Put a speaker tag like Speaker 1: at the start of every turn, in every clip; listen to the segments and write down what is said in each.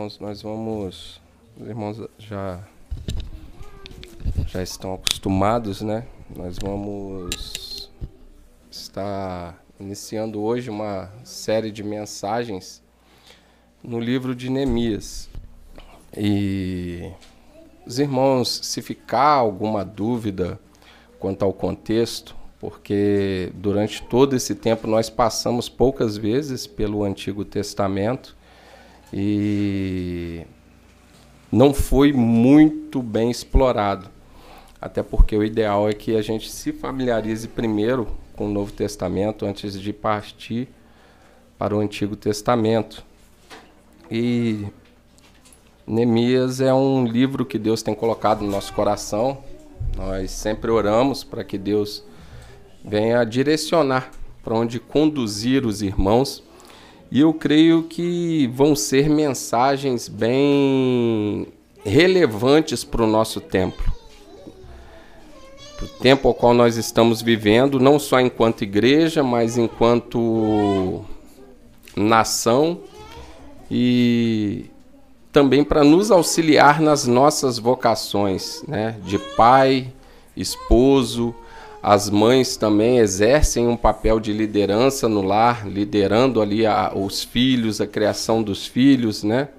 Speaker 1: irmãos, os irmãos já estão acostumados, né? Nós vamos estar iniciando hoje uma série de mensagens no livro de Neemias. E os irmãos, se ficar alguma dúvida quanto ao contexto, porque durante todo esse tempo nós passamos poucas vezes pelo Antigo Testamento e não foi muito bem explorado, até porque o ideal é que a gente se familiarize primeiro com o Novo Testamento antes de partir para o Antigo Testamento. E Neemias é um livro que Deus tem colocado no nosso coração. Nós sempre oramos para que Deus venha direcionar para onde conduzir os irmãos. E eu creio que vão ser mensagens bem relevantes para o nosso tempo. Para o tempo ao qual nós estamos vivendo, não só enquanto igreja, mas enquanto nação, e também para nos auxiliar nas nossas vocações, né? De pai, esposo. As mães também exercem um papel de liderança no lar, liderando ali os filhos, a criação dos filhos, né?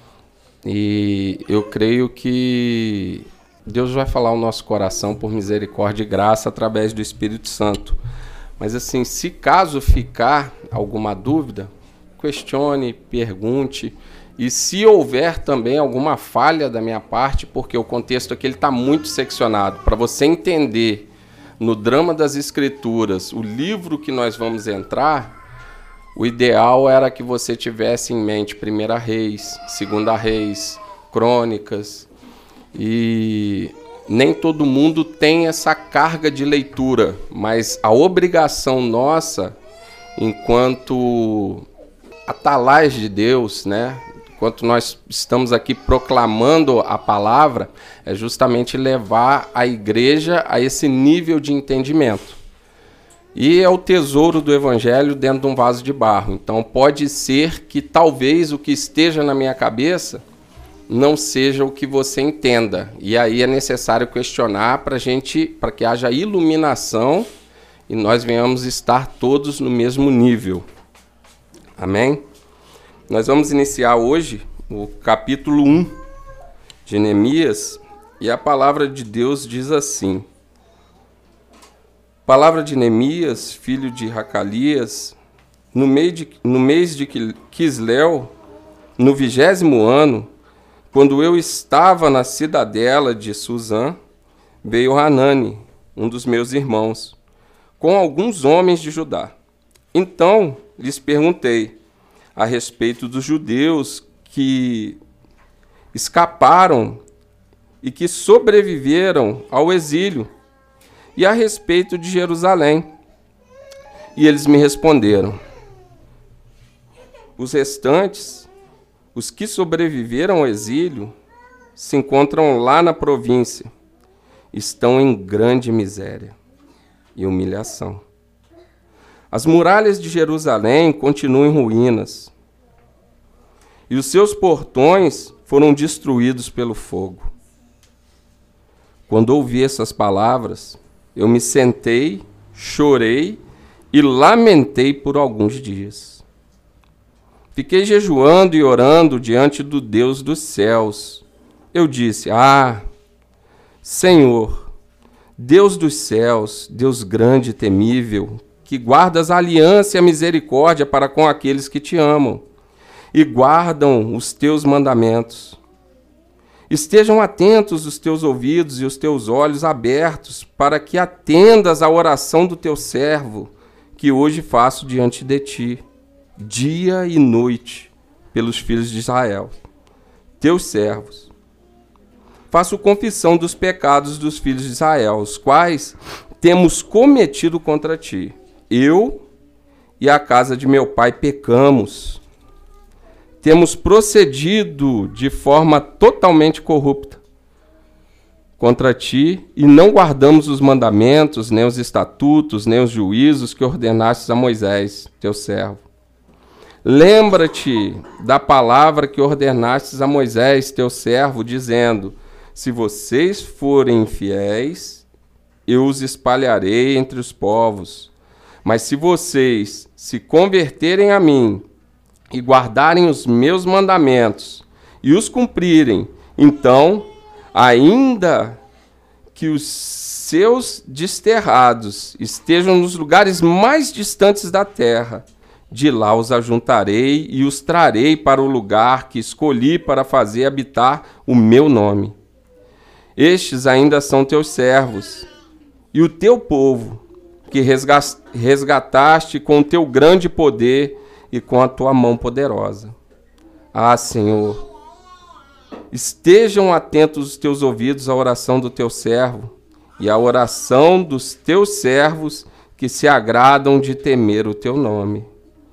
Speaker 1: E eu creio que Deus vai falar ao nosso coração por misericórdia e graça através do Espírito Santo. Mas assim, se caso ficar alguma dúvida, questione, pergunte. E se houver também alguma falha da minha parte, porque o contexto aqui está muito seccionado, para você entender no drama das Escrituras o livro que nós vamos entrar, o ideal era que você tivesse em mente 1 Reis, 2 Reis, Crônicas, e nem todo mundo tem essa carga de leitura, mas a obrigação nossa, enquanto atalais de Deus, né? Enquanto nós estamos aqui proclamando a palavra, é justamente levar a igreja a esse nível de entendimento. E é o tesouro do evangelho dentro de um vaso de barro. Então pode ser que talvez o que esteja na minha cabeça não seja o que você entenda. E aí é necessário questionar para que haja iluminação e nós venhamos estar todos no mesmo nível. Amém? Nós vamos iniciar hoje o capítulo 1 de Neemias, e a palavra de Deus diz assim: palavra de Neemias, filho de Racalias, no mês de Quisleu, no 20º ano, quando eu estava na cidadela de Suzã, veio Hanani, um dos meus irmãos, com alguns homens de Judá. Então lhes perguntei a respeito dos judeus que escaparam e que sobreviveram ao exílio, e a respeito de Jerusalém. E eles me responderam: os restantes, os que sobreviveram ao exílio, se encontram lá na província, estão em grande miséria e humilhação. As muralhas de Jerusalém continuam em ruínas, e os seus portões foram destruídos pelo fogo. Quando ouvi essas palavras, eu me sentei, chorei e lamentei por alguns dias. Fiquei jejuando e orando diante do Deus dos céus. Eu disse: Senhor, Deus dos céus, Deus grande e temível, que guardas a aliança e a misericórdia para com aqueles que te amam e guardam os teus mandamentos. Estejam atentos os teus ouvidos e os teus olhos abertos para que atendas à oração do teu servo, que hoje faço diante de ti, dia e noite, pelos filhos de Israel, teus servos. Faço confissão dos pecados dos filhos de Israel, os quais temos cometido contra ti. Eu e a casa de meu pai pecamos. Temos procedido de forma totalmente corrupta contra ti e não guardamos os mandamentos, nem os estatutos, nem os juízos que ordenastes a Moisés, teu servo. Lembra-te da palavra que ordenastes a Moisés, teu servo, dizendo: se vocês forem infiéis, eu os espalharei entre os povos. Mas se vocês se converterem a mim e guardarem os meus mandamentos e os cumprirem, então, ainda que os seus desterrados estejam nos lugares mais distantes da terra, de lá os ajuntarei e os trarei para o lugar que escolhi para fazer habitar o meu nome. Estes ainda são teus servos e o teu povo, que resgataste com o teu grande poder e com a tua mão poderosa. Ah, Senhor, estejam atentos os teus ouvidos à oração do teu servo e à oração dos teus servos que se agradam de temer o teu nome.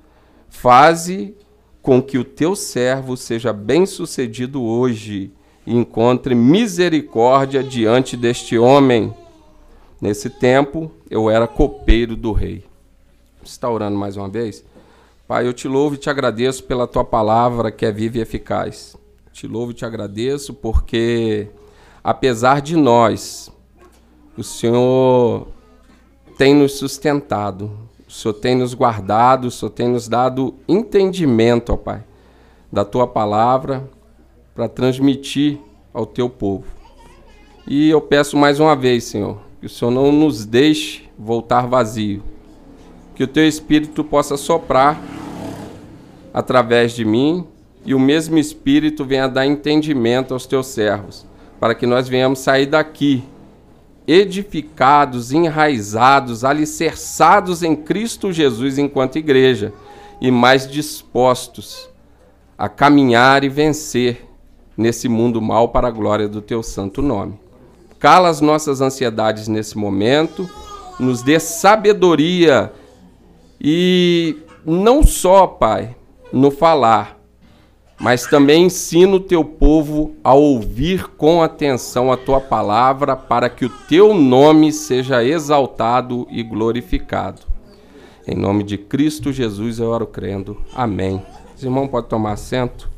Speaker 1: Faze com que o teu servo seja bem-sucedido hoje e encontre misericórdia diante deste homem. Nesse tempo, eu era copeiro do rei. Você está orando mais uma vez? Pai, eu te louvo e te agradeço pela tua palavra que é viva e eficaz. Te louvo e te agradeço porque, apesar de nós, o Senhor tem nos sustentado, o Senhor tem nos guardado, o Senhor tem nos dado entendimento, ó Pai, da tua palavra para transmitir ao teu povo. E eu peço mais uma vez, Senhor, que o Senhor não nos deixe voltar vazio, que o teu Espírito possa soprar através de mim e o mesmo Espírito venha dar entendimento aos teus servos, para que nós venhamos sair daqui edificados, enraizados, alicerçados em Cristo Jesus enquanto igreja e mais dispostos a caminhar e vencer nesse mundo mal para a glória do teu santo nome. Cala as nossas ansiedades nesse momento, nos dê sabedoria e não só, Pai, no falar, mas também ensina o teu povo a ouvir com atenção a tua palavra para que o teu nome seja exaltado e glorificado. Em nome de Cristo Jesus eu oro crendo. Amém. Os irmãos podem tomar assento.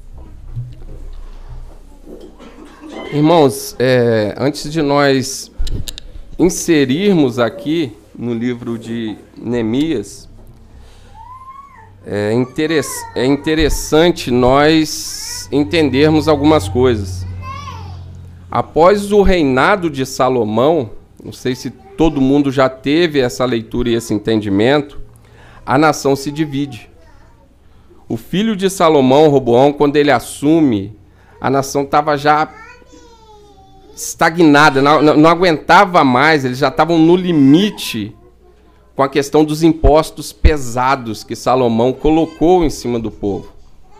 Speaker 1: Irmãos, antes de nós inserirmos aqui no livro de Neemias, é interessante nós entendermos algumas coisas. Após o reinado de Salomão, não sei se todo mundo já teve essa leitura e esse entendimento, a nação se divide. O filho de Salomão, Roboão, quando ele assume, a nação estava já estagnada, não aguentava mais, eles já estavam no limite com a questão dos impostos pesados que Salomão colocou em cima do povo.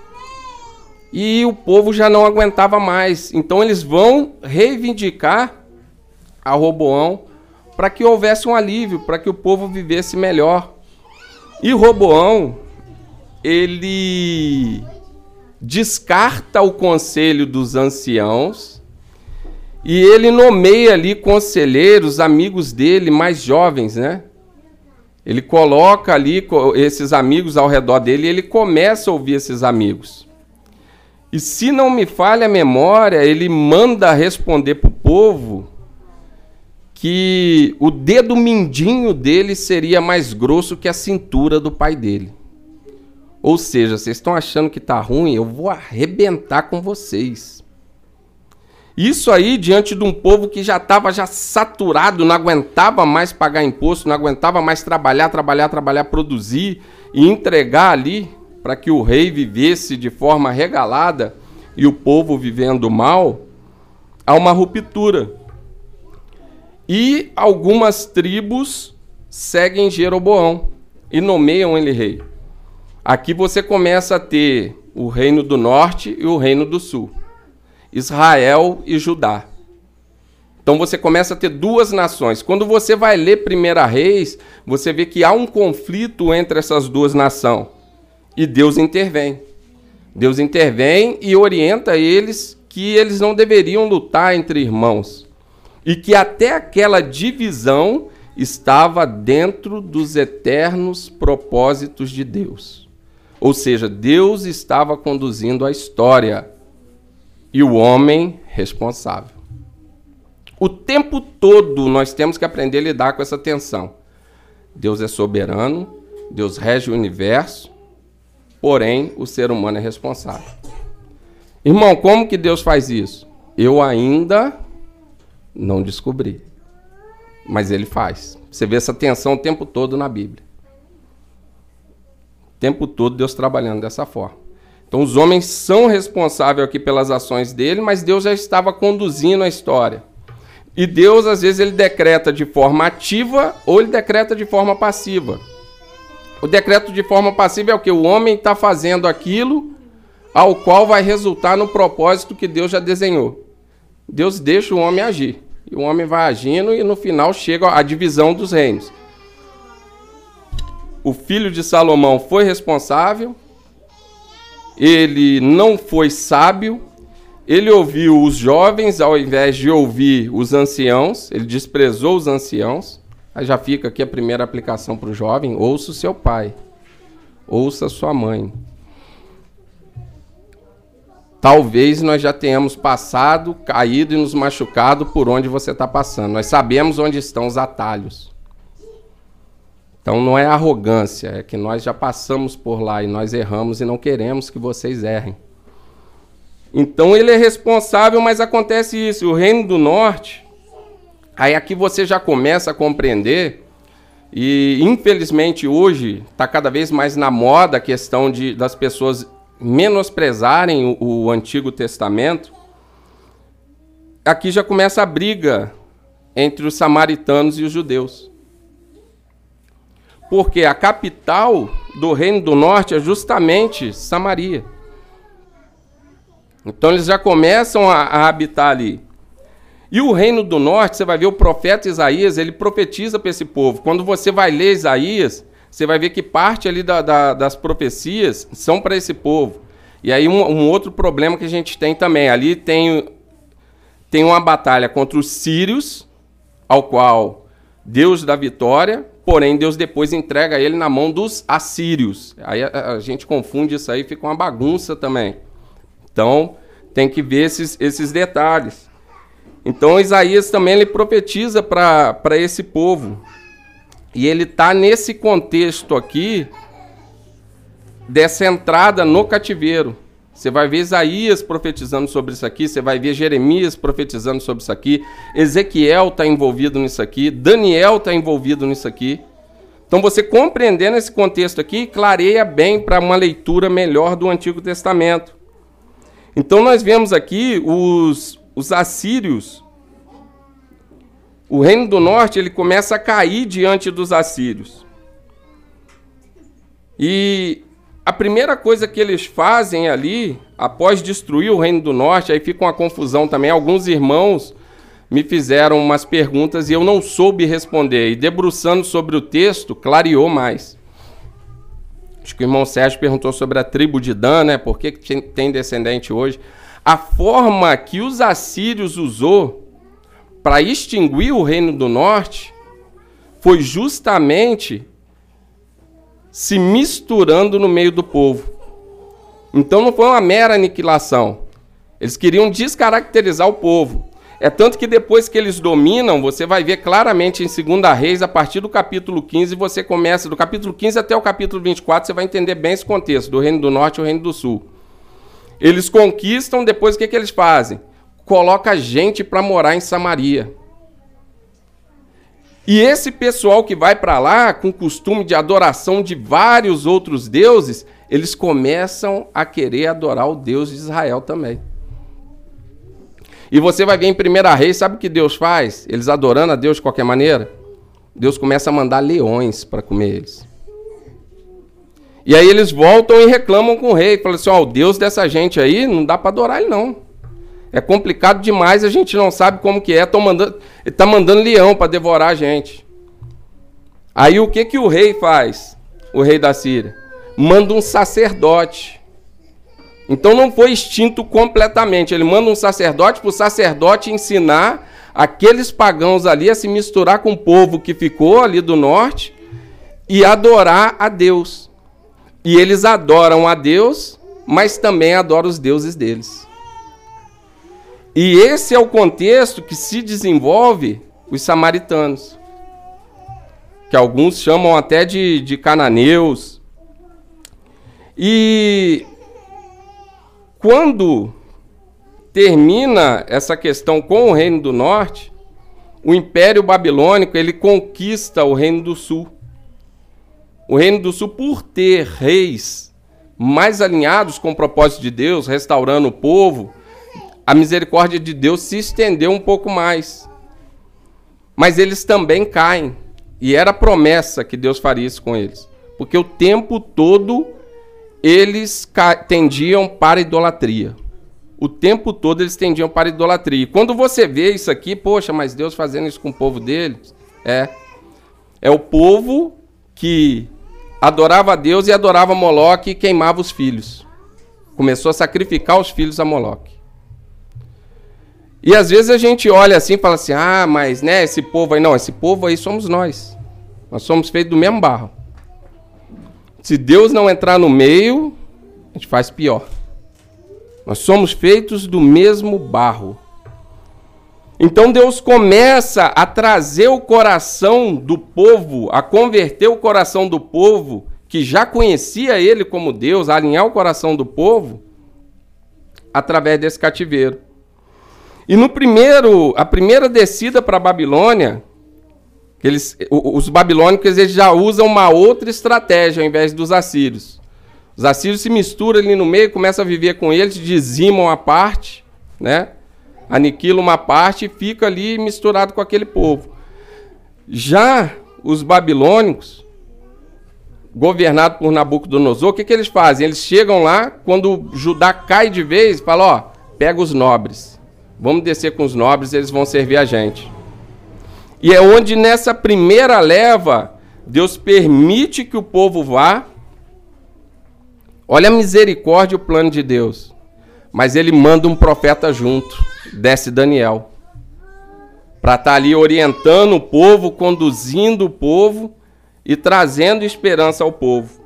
Speaker 1: E o povo já não aguentava mais, então eles vão reivindicar a Roboão para que houvesse um alívio, para que o povo vivesse melhor. E Roboão, ele descarta o conselho dos anciãos e ele nomeia ali conselheiros, amigos dele, mais jovens, né? Ele coloca ali esses amigos ao redor dele e ele começa a ouvir esses amigos. E se não me falha a memória, ele manda responder para o povo que o dedo mindinho dele seria mais grosso que a cintura do pai dele. Ou seja, vocês estão achando que está ruim? Eu vou arrebentar com vocês. Isso aí diante de um povo que já estava saturado, não aguentava mais pagar imposto, não aguentava mais trabalhar, produzir e entregar ali para que o rei vivesse de forma regalada e o povo vivendo mal, há uma ruptura. E algumas tribos seguem Jeroboão e nomeiam ele rei. Aqui você começa a ter o reino do norte e o reino do sul. Israel e Judá. Então você começa a ter duas nações. Quando você vai ler 1 Reis, você vê que há um conflito entre essas duas nações. E Deus intervém. Deus intervém e orienta eles que eles não deveriam lutar entre irmãos. E que até aquela divisão estava dentro dos eternos propósitos de Deus. Ou seja, Deus estava conduzindo a história e o homem responsável. O tempo todo nós temos que aprender a lidar com essa tensão. Deus é soberano, Deus rege o universo, porém o ser humano é responsável. Irmão, como que Deus faz isso? Eu ainda não descobri, mas Ele faz. Você vê essa tensão o tempo todo na Bíblia. O tempo todo Deus trabalhando dessa forma. Então os homens são responsáveis aqui pelas ações dele, mas Deus já estava conduzindo a história. E Deus, às vezes, ele decreta de forma ativa ou ele decreta de forma passiva. O decreto de forma passiva é o que? O homem está fazendo aquilo ao qual vai resultar no propósito que Deus já desenhou. Deus deixa o homem agir. E o homem vai agindo e no final chega a divisão dos reinos. O filho de Salomão foi responsável, ele não foi sábio, ele ouviu os jovens ao invés de ouvir os anciãos, ele desprezou os anciãos. Aí já fica aqui a primeira aplicação para o jovem: ouça o seu pai, ouça a sua mãe. Talvez nós já tenhamos passado, caído e nos machucado por onde você está passando. Nós sabemos onde estão os atalhos. Então não é arrogância, é que nós já passamos por lá e nós erramos e não queremos que vocês errem. Então ele é responsável, mas acontece isso. O Reino do Norte, aí aqui você já começa a compreender, e infelizmente hoje está cada vez mais na moda a questão das pessoas menosprezarem o Antigo Testamento. Aqui já começa a briga entre os samaritanos e os judeus. Porque a capital do Reino do Norte é justamente Samaria. Então eles já começam a habitar ali. E o Reino do Norte, você vai ver o profeta Isaías, ele profetiza para esse povo. Quando você vai ler Isaías, você vai ver que parte ali das profecias são para esse povo. E aí um outro problema que a gente tem também. Ali tem uma batalha contra os sírios, ao qual Deus dá vitória, porém Deus depois entrega ele na mão dos assírios. Aí a gente confunde isso aí, fica uma bagunça também. Então tem que ver esses detalhes. Então Isaías também ele profetiza para esse povo. E ele está nesse contexto aqui, dessa entrada no cativeiro. Você vai ver Isaías profetizando sobre isso aqui, você vai ver Jeremias profetizando sobre isso aqui, Ezequiel está envolvido nisso aqui, Daniel está envolvido nisso aqui. Então você compreendendo esse contexto aqui, clareia bem para uma leitura melhor do Antigo Testamento. Então nós vemos aqui os assírios. O Reino do Norte ele começa a cair diante dos assírios. E a primeira coisa que eles fazem ali, após destruir o Reino do Norte, aí fica uma confusão também. Alguns irmãos me fizeram umas perguntas e eu não soube responder. E debruçando sobre o texto, clareou mais. Acho que o irmão Sérgio perguntou sobre a tribo de Dan, né? Por que tem descendente hoje? A forma que os assírios usou para extinguir o Reino do Norte foi justamente se misturando no meio do povo. Então não foi uma mera aniquilação. Eles queriam descaracterizar o povo. É tanto que depois que eles dominam, você vai ver claramente em 2 Reis, a partir do capítulo 15, você começa, do capítulo 15 até o capítulo 24, você vai entender bem esse contexto, do Reino do Norte e o Reino do Sul. Eles conquistam, depois o que eles fazem? Coloca gente para morar em Samaria. E esse pessoal que vai para lá, com costume de adoração de vários outros deuses, eles começam a querer adorar o Deus de Israel também. E você vai ver em 1 Reis, sabe o que Deus faz? Eles adorando a Deus de qualquer maneira, Deus começa a mandar leões para comer eles. E aí eles voltam e reclamam com o rei. Falam assim, o Deus dessa gente aí, não dá para adorar ele não. É complicado demais, a gente não sabe como que é. Ele está mandando leão para devorar a gente. Aí o que o rei faz? O rei da Síria? Manda um sacerdote. Então não foi extinto completamente. Ele manda um sacerdote para o sacerdote ensinar aqueles pagãos ali a se misturar com o povo que ficou ali do norte e adorar a Deus. E eles adoram a Deus, mas também adoram os deuses deles. E esse é o contexto que se desenvolve os samaritanos, que alguns chamam até de cananeus. E quando termina essa questão com o Reino do Norte, o Império Babilônico ele conquista o Reino do Sul. O Reino do Sul, por ter reis mais alinhados com o propósito de Deus, restaurando o povo, a misericórdia de Deus se estendeu um pouco mais. Mas eles também caem. E era a promessa que Deus faria isso com eles. Porque o tempo todo eles tendiam para a idolatria. O tempo todo eles tendiam para a idolatria. E quando você vê isso aqui, poxa, mas Deus fazendo isso com o povo deles, é o povo que adorava a Deus e adorava Moloque e queimava os filhos. Começou a sacrificar os filhos a Moloque. E às vezes a gente olha assim e fala assim, mas né, esse povo aí, não, esse povo aí somos nós. Nós somos feitos do mesmo barro. Se Deus não entrar no meio, a gente faz pior. Nós somos feitos do mesmo barro. Então Deus começa a trazer o coração do povo, a converter o coração do povo, que já conhecia Ele como Deus, a alinhar o coração do povo, através desse cativeiro. E a primeira descida para a Babilônia, os babilônicos eles já usam uma outra estratégia ao invés dos assírios. Os assírios se misturam ali no meio, começam a viver com eles, dizimam a parte, né? Aniquilam uma parte e fica ali misturado com aquele povo. Já os babilônicos, governados por Nabucodonosor, o que eles fazem? Eles chegam lá, quando Judá cai de vez, falam, pega os nobres. Vamos descer com os nobres, eles vão servir a gente. E é onde nessa primeira leva, Deus permite que o povo vá. Olha a misericórdia e o plano de Deus. Mas ele manda um profeta junto, desce Daniel, para estar ali orientando o povo, conduzindo o povo e trazendo esperança ao povo.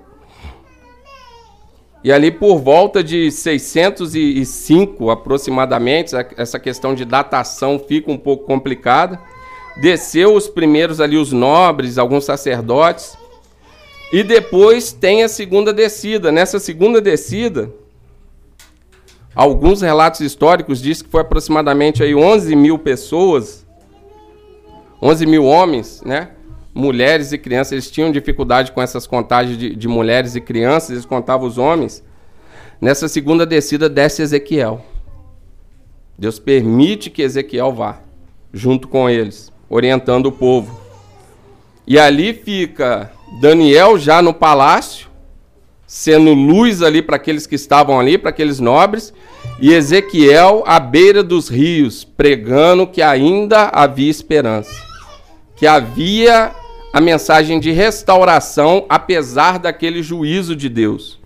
Speaker 1: E ali por volta de 605 aproximadamente, essa questão de datação fica um pouco complicada. Desceu os primeiros ali, os nobres, alguns sacerdotes. E depois tem a segunda descida. Nessa segunda descida, alguns relatos históricos dizem que foi aproximadamente aí 11 mil pessoas, 11 mil homens, né? Mulheres e crianças. Eles tinham dificuldade com essas contagens de mulheres e crianças, eles contavam os homens. Nessa segunda descida desce Ezequiel. Deus permite que Ezequiel vá, junto com eles, orientando o povo. E ali fica Daniel já no palácio, sendo luz ali para aqueles que estavam ali, para aqueles nobres, e Ezequiel à beira dos rios, pregando que ainda havia esperança, que havia a mensagem de restauração, apesar daquele juízo de Deus.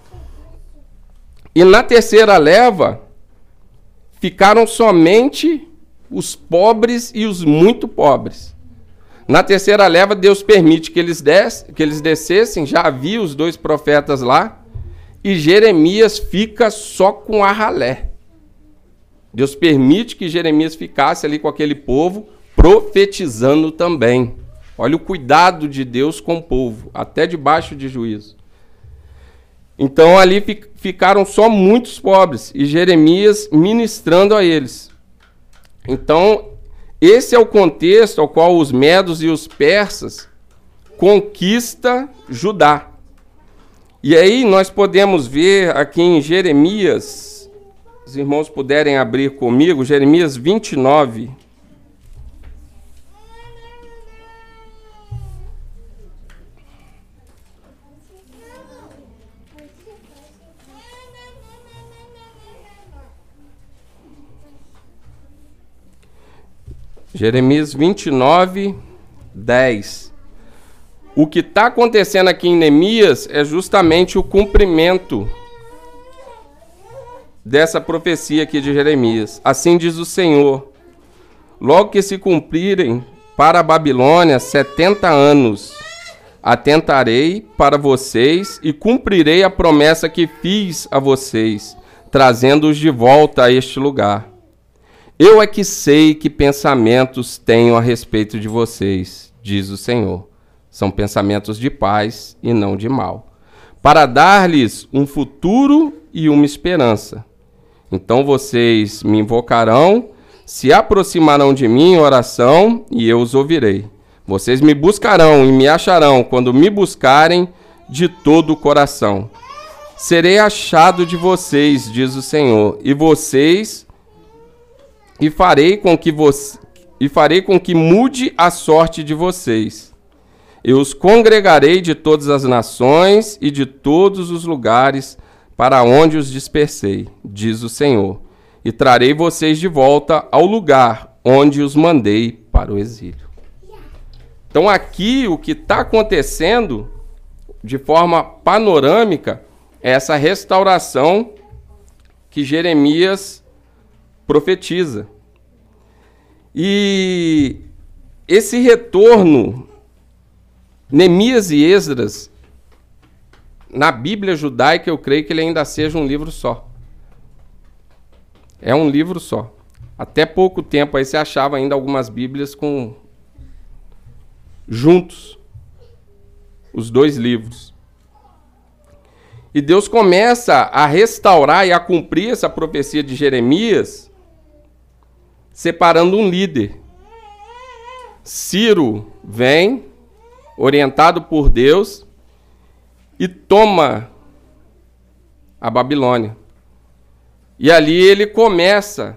Speaker 1: E na terceira leva, ficaram somente os pobres e os muito pobres. Na terceira leva, Deus permite que eles descessem, já havia os 2 profetas lá, e Jeremias fica só com a ralé. Deus permite que Jeremias ficasse ali com aquele povo, profetizando também. Olha o cuidado de Deus com o povo, até debaixo de juízo. Então ali ficaram só muitos pobres, e Jeremias ministrando a eles. Então, esse é o contexto ao qual os medos e os persas conquistam Judá. E aí nós podemos ver aqui em Jeremias, os irmãos puderem abrir comigo, Jeremias 29. Jeremias 29, 10. O que está acontecendo aqui em Neemias é justamente o cumprimento dessa profecia aqui de Jeremias. Assim diz o Senhor: logo que se cumprirem para a Babilônia 70 anos, atentarei para vocês e cumprirei a promessa que fiz a vocês, trazendo-os de volta a este lugar. Eu é que sei que pensamentos tenho a respeito de vocês, diz o Senhor. São pensamentos de paz e não de mal, para dar-lhes um futuro e uma esperança. Então vocês me invocarão, se aproximarão de mim em oração e eu os ouvirei. Vocês me buscarão e me acharão quando me buscarem de todo o coração. Serei achado de vocês, diz o Senhor, e farei com que mude a sorte de vocês. Eu os congregarei de todas as nações e de todos os lugares para onde os dispersei, diz o Senhor, e trarei vocês de volta ao lugar onde os mandei para o exílio. Então aqui o que está acontecendo de forma panorâmica é essa restauração que Jeremias profetiza. E esse retorno, Neemias e Esdras, na Bíblia judaica, eu creio que ele ainda seja um livro só. É um livro só. Até pouco tempo aí você achava ainda algumas Bíblias juntos, os dois livros. E Deus começa a restaurar e a cumprir essa profecia de Jeremias, separando um líder. Ciro vem, orientado por Deus, e toma a Babilônia. E ali ele começa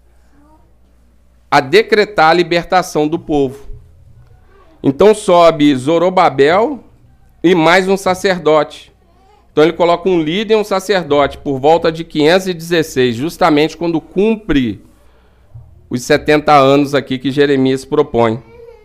Speaker 1: a decretar a libertação do povo. Então sobe Zorobabel e mais um sacerdote. Então ele coloca um líder e um sacerdote por volta de 516, justamente quando cumpre os 70 anos aqui que Jeremias propõe.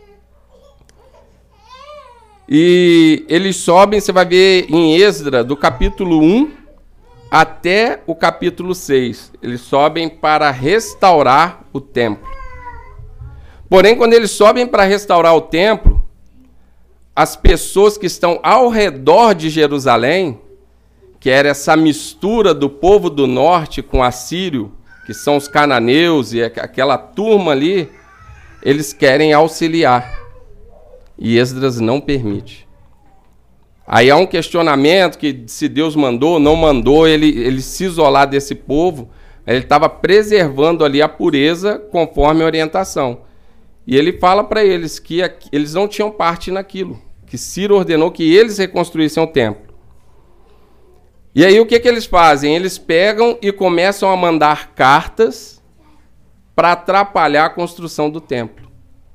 Speaker 1: E eles sobem, você vai ver em Esdra, do capítulo 1 até o capítulo 6. Eles sobem para restaurar o templo. Porém, quando eles sobem para restaurar o templo, as pessoas que estão ao redor de Jerusalém, que era essa mistura do povo do norte com assírio, que são os cananeus e aquela turma ali, eles querem auxiliar. E Esdras não permite. Aí há um questionamento que se Deus mandou ou não mandou ele se isolar desse povo. Ele estava preservando ali a pureza conforme a orientação. E ele fala para eles que eles não tinham parte naquilo, que Ciro ordenou que eles reconstruíssem o templo. E aí o que eles fazem? Eles pegam e começam a mandar cartas para atrapalhar a construção do templo.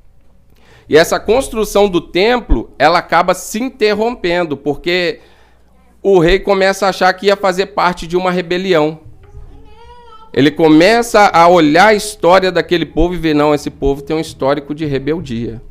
Speaker 1: E essa construção do templo, ela acaba se interrompendo, porque o rei começa a achar que ia fazer parte de uma rebelião. Ele começa a olhar a história daquele povo e ver, não, esse povo tem um histórico de rebeldia.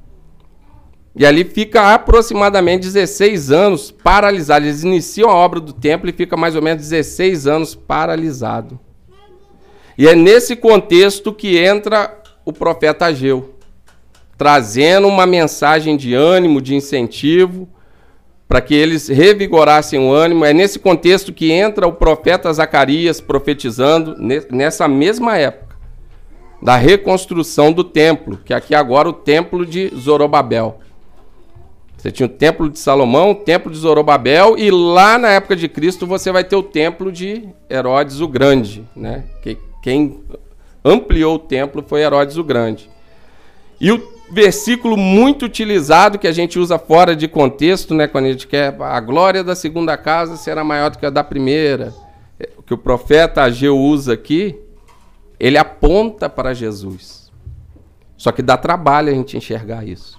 Speaker 1: E ali fica aproximadamente 16 anos paralisado. Eles iniciam a obra do templo e fica mais ou menos 16 anos paralisado. E é nesse contexto que entra o profeta Ageu, trazendo uma mensagem de ânimo, de incentivo, para que eles revigorassem o ânimo. É nesse contexto que entra o profeta Zacarias profetizando, nessa mesma época, da reconstrução do templo, que aqui agora o templo de Zorobabel. Você tinha o templo de Salomão, o templo de Zorobabel, e lá na época de Cristo você vai ter o templo de Herodes o Grande, né? Quem ampliou o templo foi Herodes o Grande. E o versículo muito utilizado, que a gente usa fora de contexto, né? Quando a gente quer, a glória da segunda casa será maior do que a da primeira. O que o profeta Ageu usa aqui, ele aponta para Jesus. Só que dá trabalho a gente enxergar isso.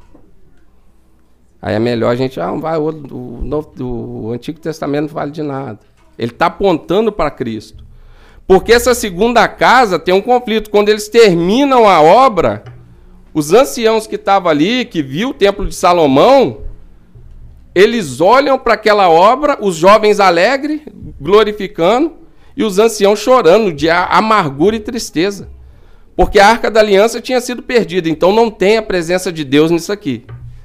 Speaker 1: Aí é melhor a gente, o Antigo Testamento não vale de nada. Ele está apontando para Cristo. Porque essa segunda casa tem um conflito. Quando eles terminam a obra, os anciãos que estavam ali, que viu o templo de Salomão, eles olham para aquela obra, os jovens alegres, glorificando, e os anciãos chorando de amargura e tristeza. Porque a Arca da Aliança tinha sido perdida, então não tem a presença de Deus nisso aqui.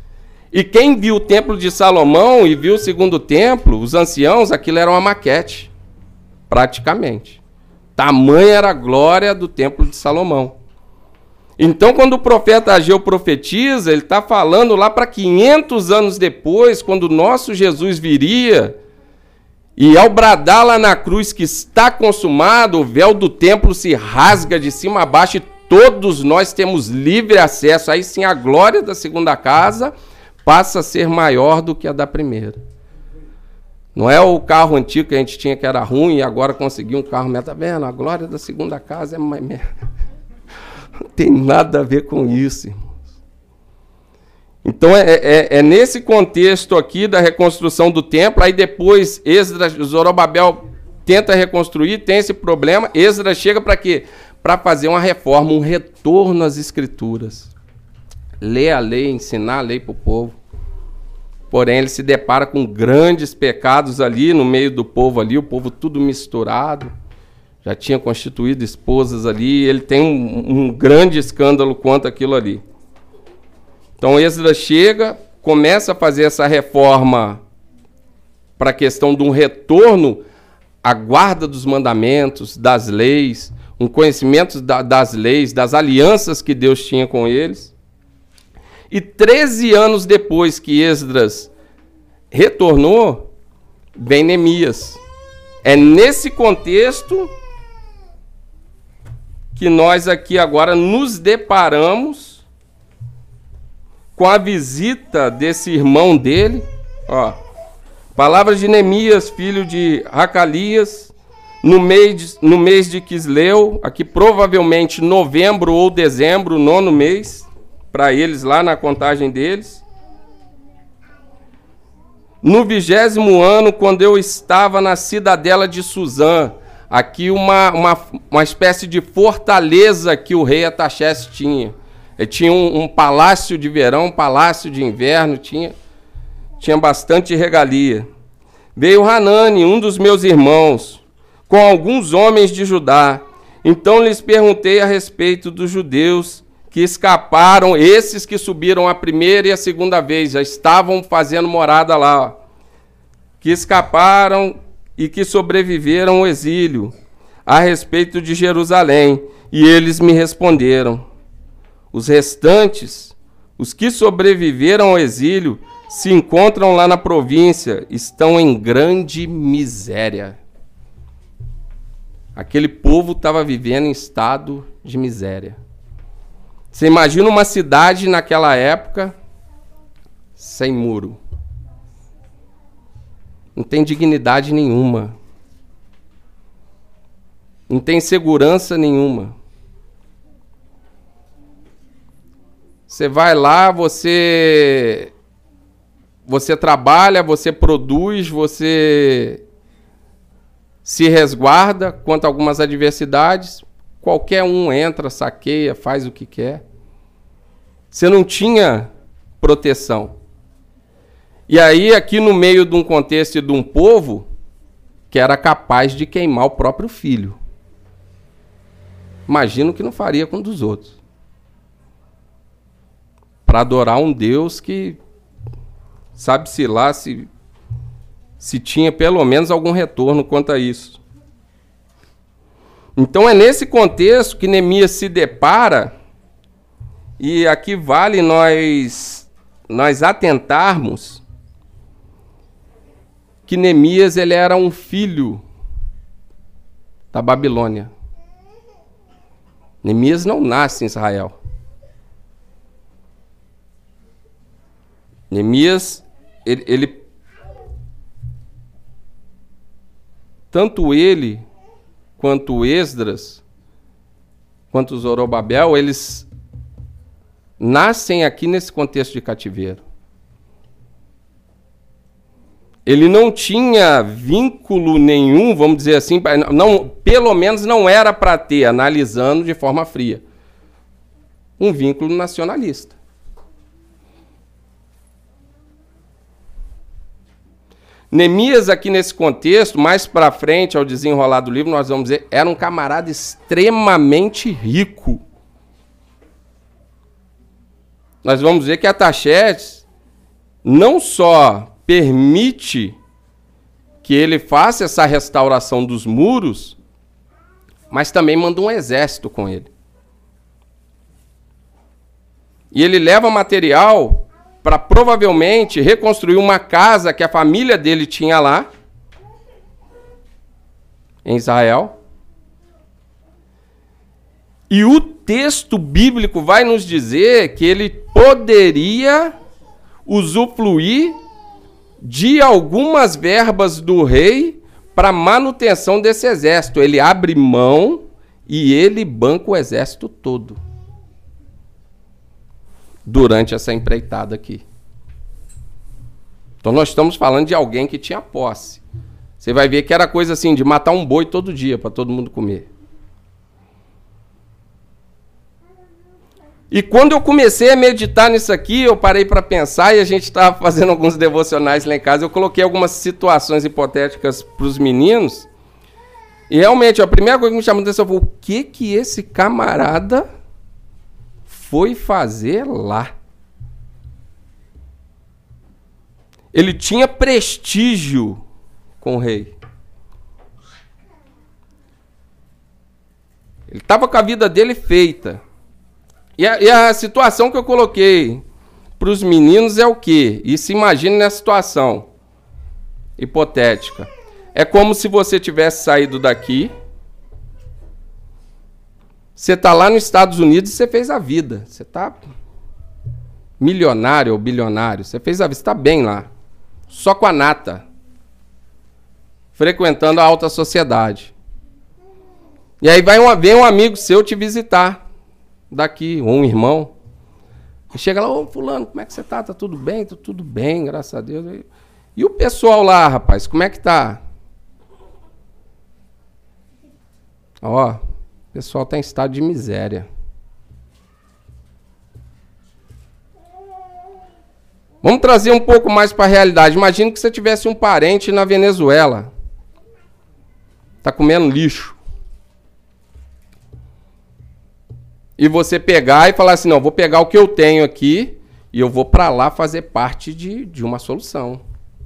Speaker 1: E quem viu o templo de Salomão e viu o segundo templo, os anciãos, aquilo era uma maquete, praticamente. Tamanha era a glória do templo de Salomão. Então, quando o profeta Ageu profetiza, ele está falando lá para 500 anos depois, quando o nosso Jesus viria, e ao bradar lá na cruz que está consumado, o véu do templo se rasga de cima a baixo e todos nós temos livre acesso. Aí sim a glória da segunda casa passa a ser maior do que a da primeira. Não é o carro antigo que a gente tinha que era ruim e agora conseguiu um carro. Está vendo? A glória da segunda casa é mais... Não tem nada a ver com isso, irmãos. Então é nesse contexto aqui da reconstrução do templo, aí depois Esdras, Zorobabel tenta reconstruir, tem esse problema, Esdras chega para quê? Para fazer uma reforma, um retorno às escrituras. Ler a lei, ensinar a lei para o povo. Porém, ele se depara com grandes pecados ali no meio do povo ali, o povo tudo misturado. Já tinha constituído esposas ali, ele tem um grande escândalo quanto aquilo ali. Então Esdras chega, começa a fazer essa reforma para a questão de um retorno à guarda dos mandamentos, das leis, um conhecimento das leis, das alianças que Deus tinha com eles. E 13 anos depois que Esdras retornou, vem Neemias. É nesse contexto que nós aqui agora nos deparamos com a visita desse irmão dele. Ó, palavras de Neemias, filho de Racalias, no mês de Quisleu, aqui provavelmente novembro ou dezembro, 9º mês, para eles lá na contagem deles. No 20º ano, quando eu estava na cidadela de Suzã, aqui uma espécie de fortaleza que o rei Artaxerxes tinha. Ele tinha um palácio de verão, um palácio de inverno, tinha bastante regalia. Veio Hanani, um dos meus irmãos, com alguns homens de Judá. Então lhes perguntei a respeito dos judeus que escaparam, esses que subiram a primeira e a segunda vez, já estavam fazendo morada lá, ó, que escaparam e que sobreviveram ao exílio, a respeito de Jerusalém. E eles me responderam: os restantes, os que sobreviveram ao exílio, se encontram lá na província, estão em grande miséria. Aquele povo estava vivendo em estado de miséria. Você imagina uma cidade naquela época sem muro. Não tem dignidade nenhuma. Não tem segurança nenhuma. Você vai lá, você trabalha, você produz, você se resguarda quanto a algumas adversidades. Qualquer um entra, saqueia, faz o que quer. Você não tinha proteção. E aí, aqui no meio de um contexto de um povo que era capaz de queimar o próprio filho. Imagino que não faria com um dos outros. Para adorar um Deus que, sabe-se lá, se tinha pelo menos algum retorno quanto a isso. Então é nesse contexto que Neemias se depara, e aqui vale nós atentarmos que Neemias ele era um filho da Babilônia. Neemias não nasce em Israel. Neemias, tanto ele quanto Esdras, quanto Zorobabel, eles nascem aqui nesse contexto de cativeiro. Ele não tinha vínculo nenhum, vamos dizer assim, não, pelo menos não era para ter, analisando de forma fria, um vínculo nacionalista. Neemias, aqui nesse contexto, mais para frente, ao desenrolar do livro, nós vamos dizer, era um camarada extremamente rico. Nós vamos ver que Artaxerxes, não só permite que ele faça essa restauração dos muros, mas também manda um exército com ele. E ele leva material para provavelmente reconstruir uma casa que a família dele tinha lá, em Israel. E o texto bíblico vai nos dizer que ele poderia usufruir de algumas verbas do rei para manutenção desse exército. Ele abre mão e ele banca o exército todo durante essa empreitada aqui. Então nós estamos falando de alguém que tinha posse. Você vai ver que era coisa assim de matar um boi todo dia para todo mundo comer. E quando eu comecei a meditar nisso aqui, eu parei para pensar, e a gente estava fazendo alguns devocionais lá em casa, eu coloquei algumas situações hipotéticas para os meninos, e realmente a primeira coisa que me chamou a atenção foi o que esse camarada foi fazer lá. Ele tinha prestígio com o rei. Ele estava com a vida dele feita. E a situação que eu coloquei para os meninos é o quê? E se imagine nessa situação hipotética. É como se você tivesse saído daqui, você está lá nos Estados Unidos e você fez a vida. Você está milionário ou bilionário. Você fez a vida, você está bem lá. Só com a nata. Frequentando a alta sociedade. E aí vem um amigo seu te visitar daqui, ou um irmão. E chega lá, ô fulano, como é que você tá? Tá tudo bem? Tá tudo bem, graças a Deus. E o pessoal lá, rapaz, como é que tá? Ó, o pessoal tá em estado de miséria. Vamos trazer um pouco mais para a realidade. Imagina que você tivesse um parente na Venezuela. Tá comendo lixo. E você pegar e falar assim, não, vou pegar o que eu tenho aqui e eu vou para lá fazer parte de uma solução.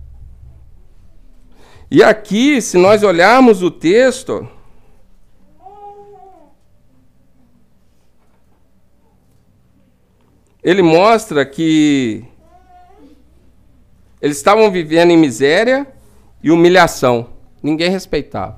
Speaker 1: E aqui, se nós olharmos o texto, ele mostra que eles estavam vivendo em miséria e humilhação. Ninguém respeitava.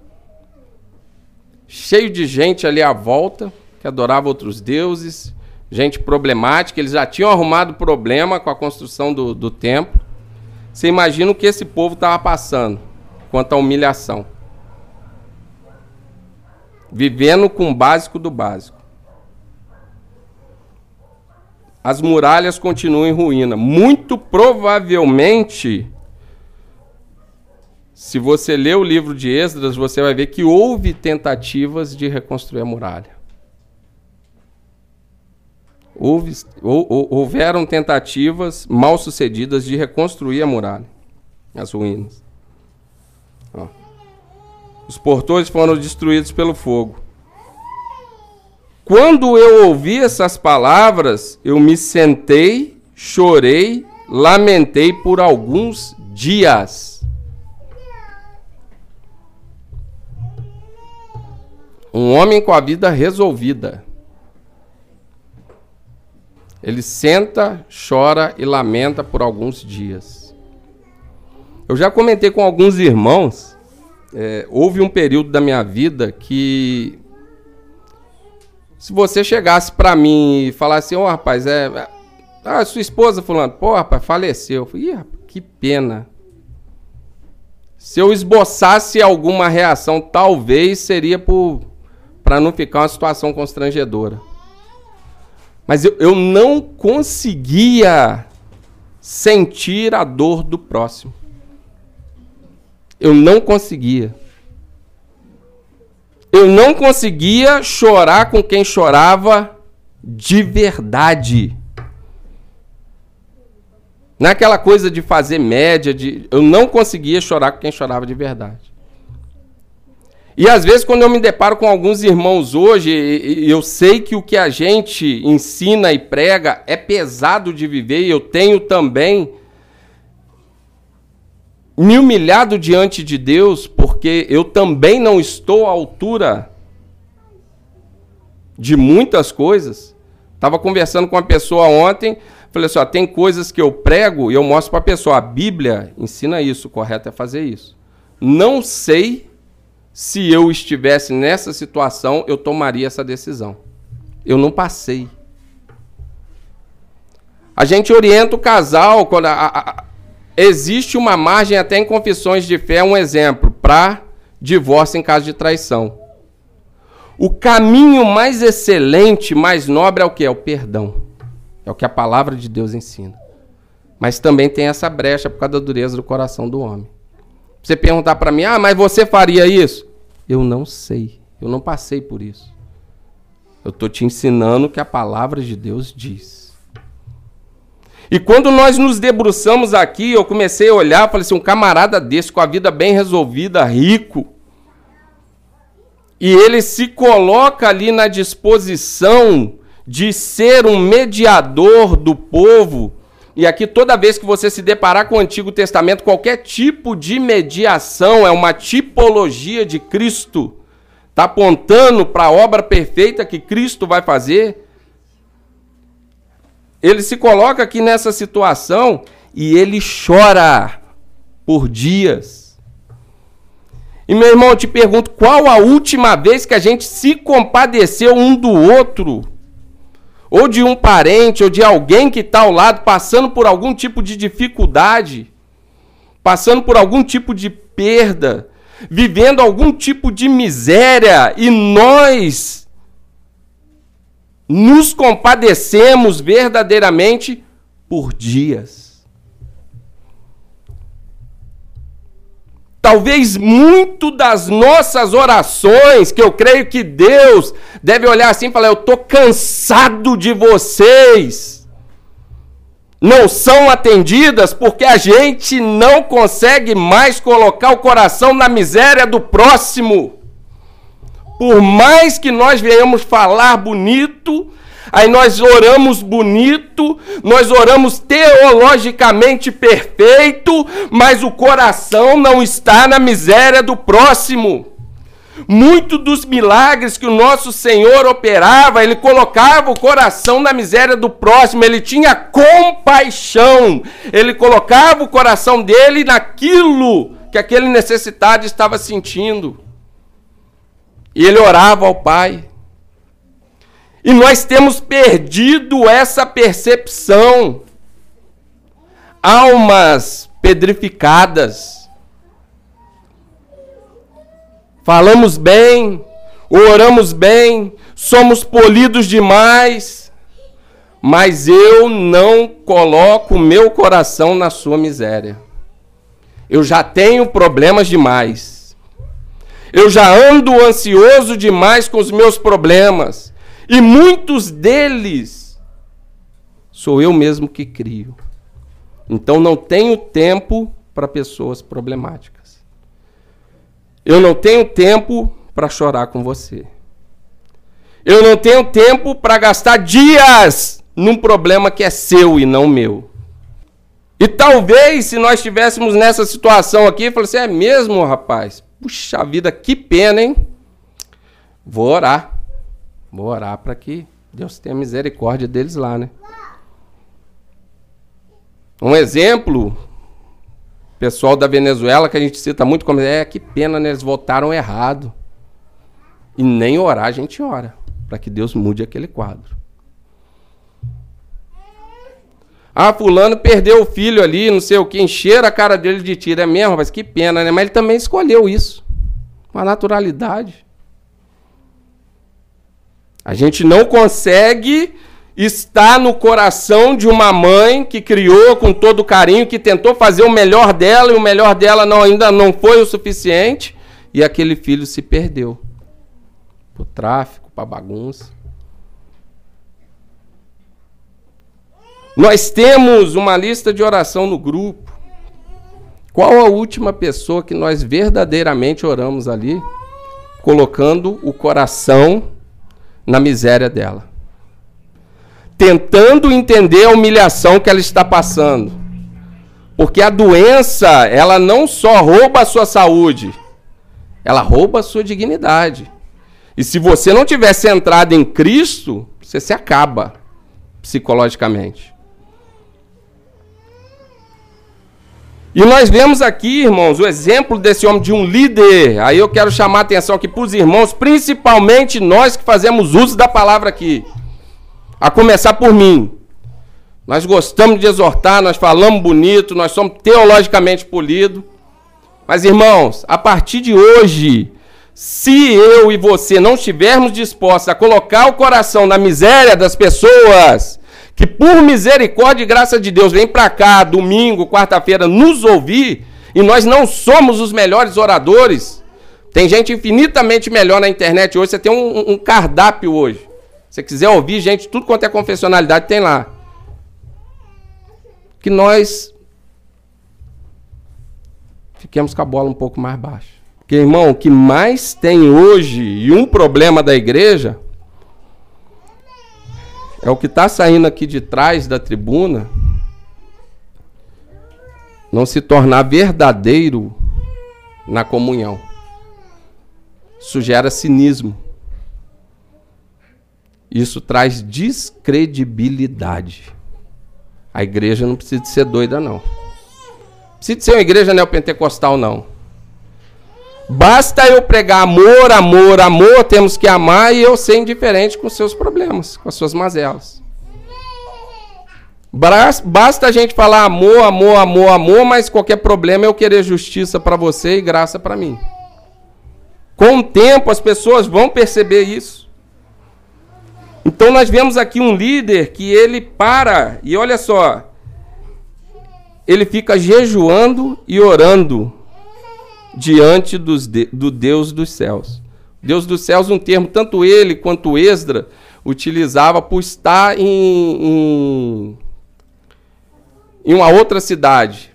Speaker 1: Cheio de gente ali à volta, que adorava outros deuses, gente problemática, eles já tinham arrumado problema com a construção do templo. Você imagina o que esse povo estava passando quanto à humilhação. Vivendo com o básico do básico. As muralhas continuam em ruína. Muito provavelmente, se você ler o livro de Esdras, você vai ver que houve tentativas de reconstruir a muralha. Houveram tentativas mal sucedidas de reconstruir a muralha, as ruínas. Ó. Os portões foram destruídos pelo fogo. Quando eu ouvi essas palavras, eu me sentei, chorei, lamentei por alguns dias. Um homem com a vida resolvida. Ele senta, chora e lamenta por alguns dias. Eu já comentei com alguns irmãos, houve um período da minha vida que, se você chegasse para mim e falasse, ô rapaz, sua esposa fulano, pô rapaz, faleceu. Eu falei, rapaz, que pena. Se eu esboçasse alguma reação, talvez seria para não ficar uma situação constrangedora. Mas eu não conseguia sentir a dor do próximo. Eu não conseguia. Eu não conseguia chorar com quem chorava de verdade. Não é aquela coisa de fazer média, eu não conseguia chorar com quem chorava de verdade. E às vezes quando eu me deparo com alguns irmãos hoje, eu sei que o que a gente ensina e prega é pesado de viver, e eu tenho também me humilhado diante de Deus, porque eu também não estou à altura de muitas coisas. Estava conversando com uma pessoa ontem, falei assim, ó, tem coisas que eu prego e eu mostro para a pessoa, a Bíblia ensina isso, o correto é fazer isso. Não sei se eu estivesse nessa situação, eu tomaria essa decisão. Eu não passei. A gente orienta o casal, quando existe uma margem até em confissões de fé, um exemplo, para divórcio em caso de traição. O caminho mais excelente, mais nobre é o quê? É o perdão. É o que a palavra de Deus ensina. Mas também tem essa brecha por causa da dureza do coração do homem. Você perguntar para mim, mas você faria isso? Eu não sei. Eu não passei por isso. Eu estou te ensinando o que a palavra de Deus diz. E quando nós nos debruçamos aqui, eu comecei a olhar, falei assim, um camarada desse, com a vida bem resolvida, rico, e ele se coloca ali na disposição de ser um mediador do povo. E aqui, toda vez que você se deparar com o Antigo Testamento, qualquer tipo de mediação é uma tipologia de Cristo. Está apontando para a obra perfeita que Cristo vai fazer. Ele se coloca aqui nessa situação e ele chora por dias. E, meu irmão, eu te pergunto, qual a última vez que a gente se compadeceu um do outro? Ou de um parente, ou de alguém que está ao lado, passando por algum tipo de dificuldade, passando por algum tipo de perda, vivendo algum tipo de miséria, e nós nos compadecemos verdadeiramente por dias. Talvez muito das nossas orações, que eu creio que Deus deve olhar assim e falar, eu estou cansado de vocês, não são atendidas porque a gente não consegue mais colocar o coração na miséria do próximo. Por mais que nós venhamos falar bonito, aí nós oramos bonito, nós oramos teologicamente perfeito, mas o coração não está na miséria do próximo. Muitos dos milagres que o nosso Senhor operava, ele colocava o coração na miséria do próximo, ele tinha compaixão, ele colocava o coração dele naquilo que aquele necessitado estava sentindo. E ele orava ao Pai. E nós temos perdido essa percepção. Almas pedrificadas. Falamos bem, oramos bem, somos polidos demais, mas eu não coloco o meu coração na sua miséria. Eu já tenho problemas demais. Eu já ando ansioso demais com os meus problemas. E muitos deles sou eu mesmo que crio. Então não tenho tempo para pessoas problemáticas. Eu não tenho tempo para chorar com você. Eu não tenho tempo para gastar dias num problema que é seu e não meu. E talvez, se nós estivéssemos nessa situação aqui, falasse, é mesmo, rapaz? Puxa vida, que pena, hein? Vou orar. Vou orar para que Deus tenha misericórdia deles lá, né? Um exemplo, pessoal da Venezuela, que a gente cita muito como, que pena, né? Eles votaram errado. E nem orar a gente ora, para que Deus mude aquele quadro. Fulano perdeu o filho ali, não sei o que, encheram a cara dele de tiro. É mesmo, mas que pena, né? Mas ele também escolheu isso, com a naturalidade. A gente não consegue estar no coração de uma mãe que criou com todo carinho, que tentou fazer o melhor dela, e o melhor dela ainda não foi o suficiente, e aquele filho se perdeu. Para o tráfico, para a bagunça. Nós temos uma lista de oração no grupo. Qual a última pessoa que nós verdadeiramente oramos ali? colocando o coração na miséria dela, tentando entender a humilhação que ela está passando. Porque a doença, ela não só rouba a sua saúde, ela rouba a sua dignidade. E se você não tiver centrado em Cristo, você se acaba psicologicamente. E nós vemos aqui, irmãos, o exemplo desse homem de um líder. Aí eu quero chamar a atenção aqui para os irmãos, principalmente nós que fazemos uso da palavra aqui. A começar por mim. Nós gostamos de exortar, nós falamos bonito, nós somos teologicamente polidos. Mas, irmãos, a partir de hoje, se eu e você não estivermos dispostos a colocar o coração na miséria das pessoas que por misericórdia e graça de Deus vem para cá, domingo, quarta-feira, nos ouvir, e nós não somos os melhores oradores. Tem gente infinitamente melhor na internet hoje, você tem um cardápio hoje. Se você quiser ouvir, gente, tudo quanto é confessionalidade tem lá. Que nós fiquemos com a bola um pouco mais baixa. Porque, irmão, o que mais tem hoje, e um problema da igreja, é o que está saindo aqui de trás da tribuna, não se tornar verdadeiro na comunhão. Isso gera cinismo. Isso traz descredibilidade. A igreja não precisa de ser doida, não. Precisa de ser uma igreja neopentecostal, não. Basta eu pregar amor, amor, amor, temos que amar, e eu ser indiferente com os seus problemas, com as suas mazelas. Basta a gente falar amor, amor, amor, amor, mas qualquer problema eu querer justiça para você e graça para mim. Com o tempo as pessoas vão perceber isso. Então nós vemos aqui um líder que ele para, e olha só, ele fica jejuando e orando diante do Deus dos céus. Deus dos céus, um termo, tanto ele quanto Esdras utilizava por estar em uma outra cidade.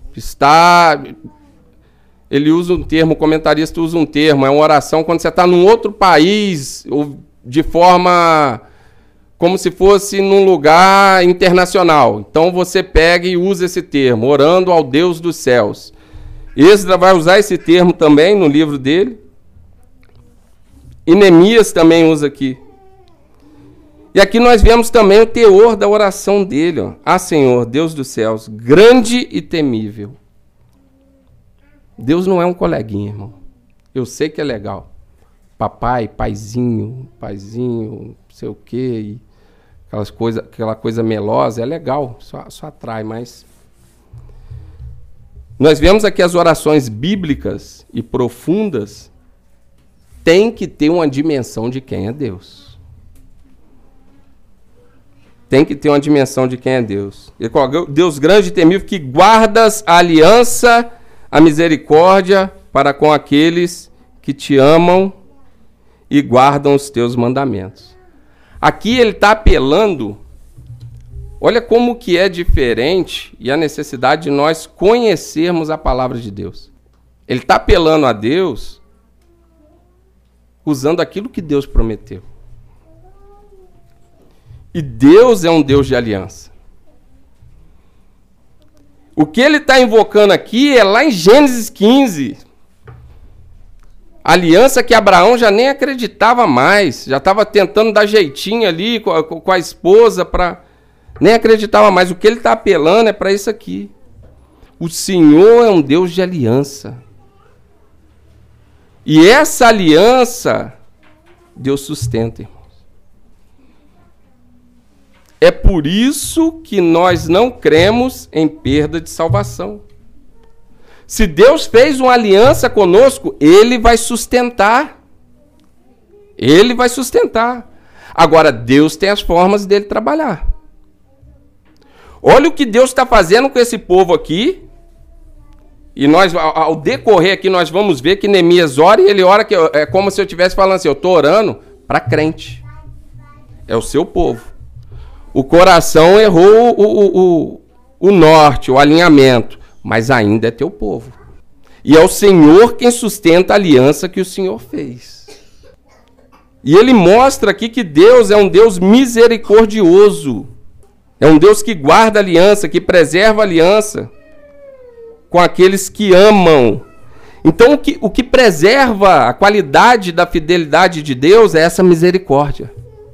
Speaker 1: Ele usa um termo, o comentarista usa um termo, é uma oração quando você está num outro país, ou de forma como se fosse num lugar internacional. Então você pega e usa esse termo, orando ao Deus dos céus. Esdras vai usar esse termo também no livro dele. E Neemias também usa aqui. E aqui nós vemos também o teor da oração dele. Ó. Ah, Senhor, Deus dos céus, grande e temível. Deus não é um coleguinha, irmão. Eu sei que é legal. Papai, paizinho, não sei o quê. Aquela coisa melosa, é legal, só atrai, mas... Nós vemos aqui as orações bíblicas e profundas tem que ter uma dimensão de quem é Deus. Tem que ter uma dimensão de quem é Deus. Deus grande e temível, que guardas a aliança, a misericórdia para com aqueles que te amam e guardam os teus mandamentos. Aqui ele está apelando, olha como que é diferente e a necessidade de nós conhecermos a palavra de Deus. Ele está apelando a Deus usando aquilo que Deus prometeu. E Deus é um Deus de aliança. O que ele está invocando aqui é lá em Gênesis 15. A aliança que Abraão já nem acreditava mais. Já estava tentando dar jeitinho ali com a esposa para... Nem acreditava mais. O que ele está apelando é para isso aqui. O Senhor é um Deus de aliança. E essa aliança, Deus sustenta, irmãos. É por isso que nós não cremos em perda de salvação. Se Deus fez uma aliança conosco, Ele vai sustentar. Ele vai sustentar. Agora, Deus tem as formas dele trabalhar. Olha o que Deus está fazendo com esse povo aqui. E nós, ao decorrer aqui, nós vamos ver que Neemias ora e ele ora, que é como se eu estivesse falando assim, eu estou orando para crente. É o seu povo. O coração errou o norte, o alinhamento, mas ainda é teu povo. E é o Senhor quem sustenta a aliança que o Senhor fez. E ele mostra aqui que Deus é um Deus misericordioso. É um Deus que guarda a aliança, que preserva a aliança com aqueles que amam. Então, o que preserva a qualidade da fidelidade de Deus é essa misericórdia.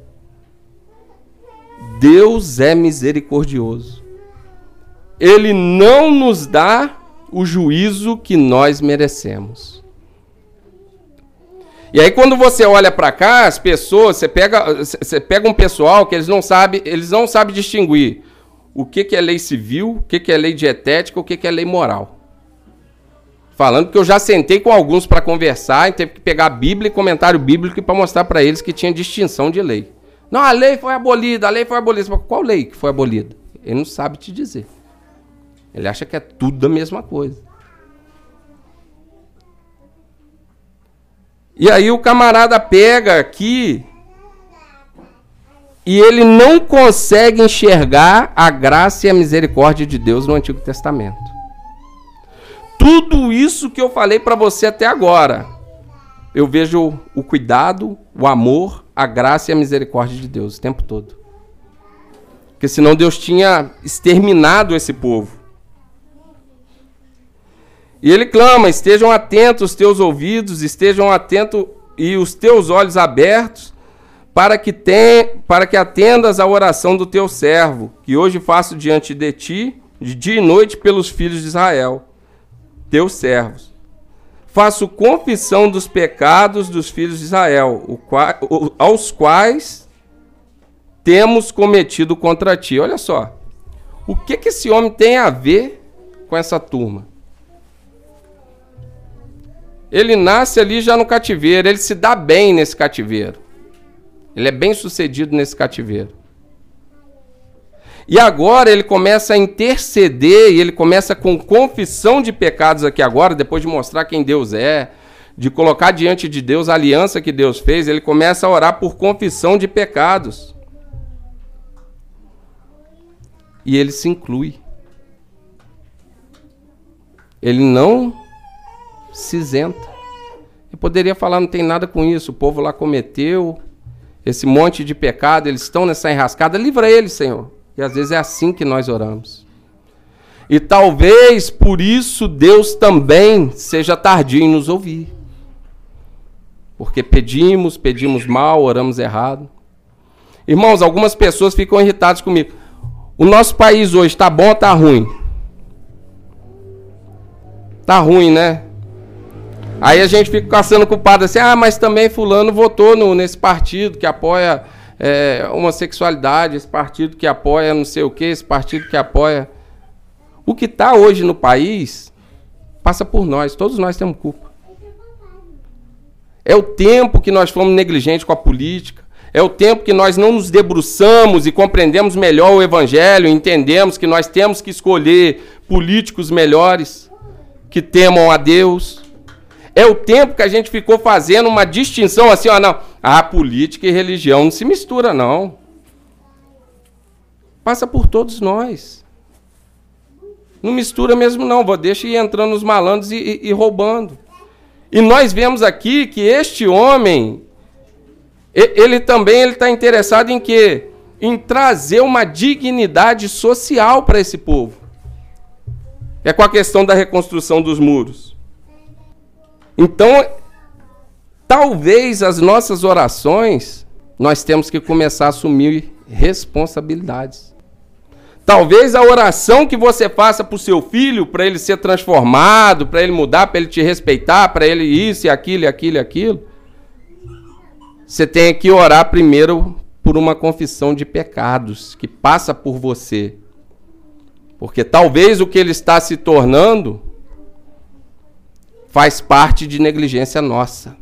Speaker 1: Deus é misericordioso. Ele não nos dá o juízo que nós merecemos. E aí, quando você olha para cá, as pessoas, você pega um pessoal que eles não sabem distinguir o que é lei civil, o que é lei dietética, o que é lei moral. Falando que eu já sentei com alguns para conversar e teve que pegar a Bíblia e comentário bíblico para mostrar para eles que tinha distinção de lei. Não, a lei foi abolida, a lei foi abolida. Qual lei que foi abolida? Ele não sabe te dizer. Ele acha que é tudo a mesma coisa. E aí o camarada pega aqui e ele não consegue enxergar a graça e a misericórdia de Deus no Antigo Testamento. Tudo isso que eu falei para você até agora, eu vejo o cuidado, o amor, a graça e a misericórdia de Deus o tempo todo. Porque senão Deus tinha exterminado esse povo. E ele clama, estejam atentos os teus ouvidos, estejam atentos e os teus olhos abertos, para que atendas à oração do teu servo, que hoje faço diante de ti, de dia e noite, pelos filhos de Israel, teus servos. Faço confissão dos pecados dos filhos de Israel, aos quais temos cometido contra ti. Olha só, o que esse homem tem a ver com essa turma? Ele nasce ali já no cativeiro, ele se dá bem nesse cativeiro. Ele é bem sucedido nesse cativeiro. E agora ele começa a interceder, e ele começa com confissão de pecados aqui agora, depois de mostrar quem Deus é, de colocar diante de Deus a aliança que Deus fez, ele começa a orar por confissão de pecados. E ele se inclui. Ele não se isenta. Eu poderia falar, não tem nada com isso, o povo lá cometeu esse monte de pecado, eles estão nessa enrascada, livra eles, Senhor. E às vezes é assim que nós oramos. E talvez por isso Deus também seja tardio em nos ouvir. Porque pedimos mal, oramos errado. Irmãos, algumas pessoas ficam irritadas comigo. O nosso país hoje está bom ou está ruim? Está ruim, né? Aí a gente fica caçando culpado assim, mas também fulano votou nesse partido que apoia homossexualidade, esse partido que apoia não sei o que, esse partido que apoia... O que está hoje no país passa por nós, todos nós temos culpa. É o tempo que nós fomos negligentes com a política, é o tempo que nós não nos debruçamos e compreendemos melhor o evangelho, entendemos que nós temos que escolher políticos melhores, que temam a Deus. É o tempo que a gente ficou fazendo uma distinção assim, política e religião não se mistura, não. Passa por todos nós. Não mistura mesmo, não. Deixa ir entrando os malandros e roubando. E nós vemos aqui que este homem, ele também está interessado em quê? Em trazer uma dignidade social para esse povo. É com a questão da reconstrução dos muros. Então, talvez as nossas orações, nós temos que começar a assumir responsabilidades. Talvez a oração que você faça para o seu filho, para ele ser transformado, para ele mudar, para ele te respeitar, para ele isso e aquilo, você tem que orar primeiro por uma confissão de pecados que passa por você. Porque talvez o que ele está se tornando faz parte de negligência nossa.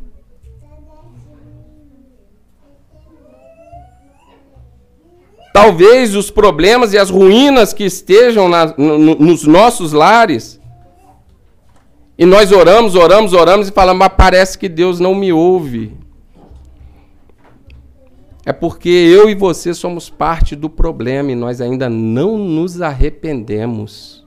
Speaker 1: Talvez os problemas e as ruínas que estejam nos nossos lares, e nós oramos e falamos, mas parece que Deus não me ouve. É porque eu e você somos parte do problema e nós ainda não nos arrependemos.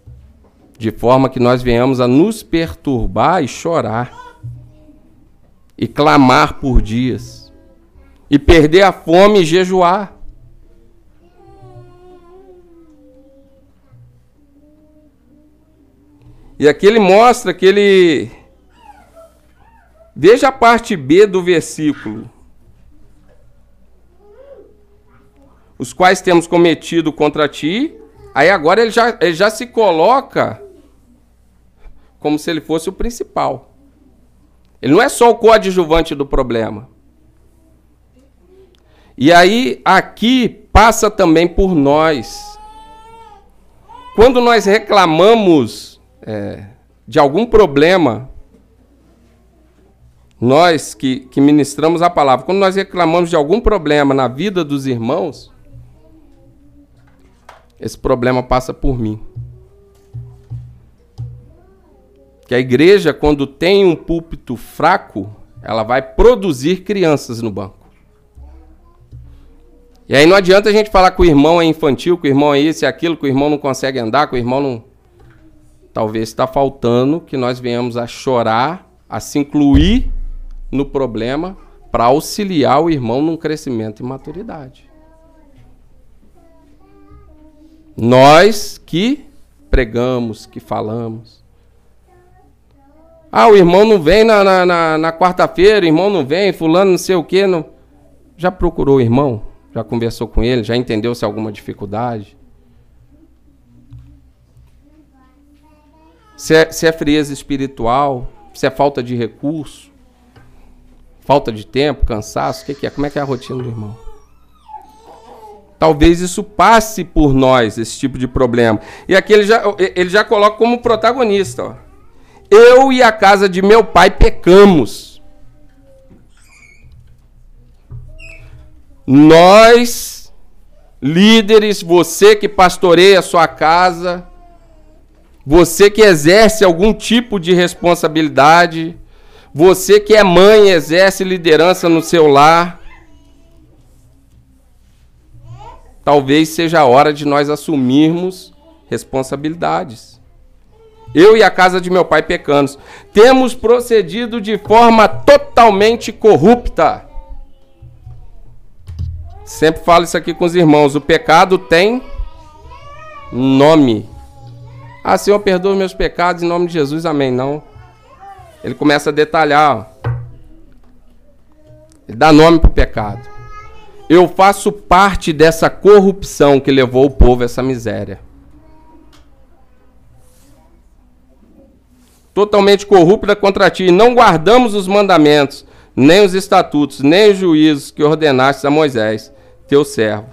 Speaker 1: De forma que nós venhamos a nos perturbar e chorar. e clamar por dias, e perder a fome e jejuar. E aqui ele mostra que ele... Veja a parte B do versículo. Os quais temos cometido contra ti. Aí agora ele já se coloca como se ele fosse o principal. Ele não é só o coadjuvante do problema. E aí aqui passa também por nós. Quando nós reclamamos de algum problema, nós que ministramos a palavra, quando nós reclamamos de algum problema na vida dos irmãos, esse problema passa por mim. Que a igreja, quando tem um púlpito fraco, ela vai produzir crianças no banco. E aí não adianta a gente falar que o irmão é infantil, que o irmão é isso e aquilo, que o irmão não consegue andar, que o irmão não... Talvez está faltando que nós venhamos a chorar, a se incluir no problema, para auxiliar o irmão num crescimento e maturidade. Nós que pregamos, que falamos. Ah, o irmão não vem na quarta-feira, o irmão não vem, fulano não sei o quê. Não... Já procurou o irmão? Já conversou com ele? Já entendeu se há alguma dificuldade? Se é frieza espiritual, se é falta de recurso, falta de tempo, cansaço, o que é? Como é que é a rotina do irmão? Talvez isso passe por nós, esse tipo de problema. E aqui ele já coloca como protagonista. Ó. Eu e a casa de meu pai pecamos. Nós, líderes, você que pastoreia a sua casa, você que exerce algum tipo de responsabilidade, você que é mãe e exerce liderança no seu lar, talvez seja a hora de nós assumirmos responsabilidades. Eu e a casa de meu pai pecamos. Temos procedido de forma totalmente corrupta. Sempre falo isso aqui com os irmãos. O pecado tem nome. Ah, Senhor, perdoa os meus pecados em nome de Jesus, amém. Não. Ele começa a detalhar. Ó. Ele dá nome para o pecado. Eu faço parte dessa corrupção que levou o povo a essa miséria. Totalmente corrupta contra ti. Não guardamos os mandamentos, nem os estatutos, nem os juízos que ordenaste a Moisés, teu servo.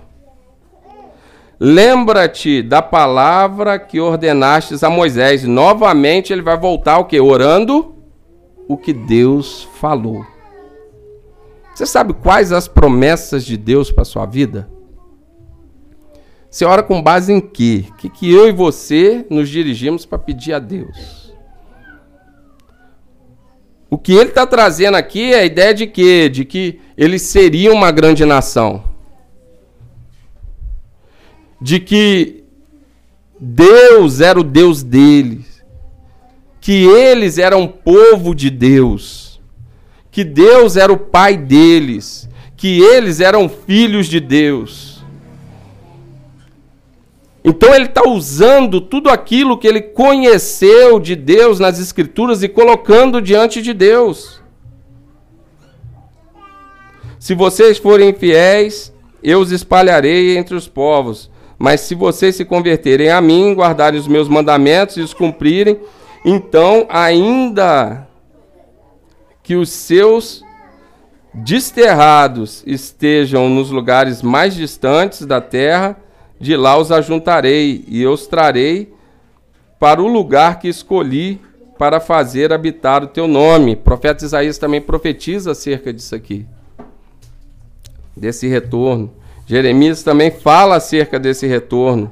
Speaker 1: Lembra-te da palavra que ordenastes a Moisés. Novamente ele vai voltar o quê? Orando o que Deus falou. Você sabe quais as promessas de Deus para a sua vida? Você ora com base em quê? O que eu e você nos dirigimos para pedir a Deus? O que ele está trazendo aqui é a ideia de quê? De que eles seriam uma grande nação. De que Deus era o Deus deles. Que eles eram povo de Deus. Que Deus era o pai deles. Que eles eram filhos de Deus. Então ele está usando tudo aquilo que ele conheceu de Deus nas Escrituras e colocando diante de Deus. Se vocês forem fiéis, eu os espalharei entre os povos. Mas se vocês se converterem a mim, guardarem os meus mandamentos e os cumprirem, então, ainda que os seus desterrados estejam nos lugares mais distantes da terra, de lá os ajuntarei e os trarei para o lugar que escolhi para fazer habitar o teu nome. O profeta Isaías também profetiza acerca disso aqui, desse retorno. Jeremias também fala acerca desse retorno.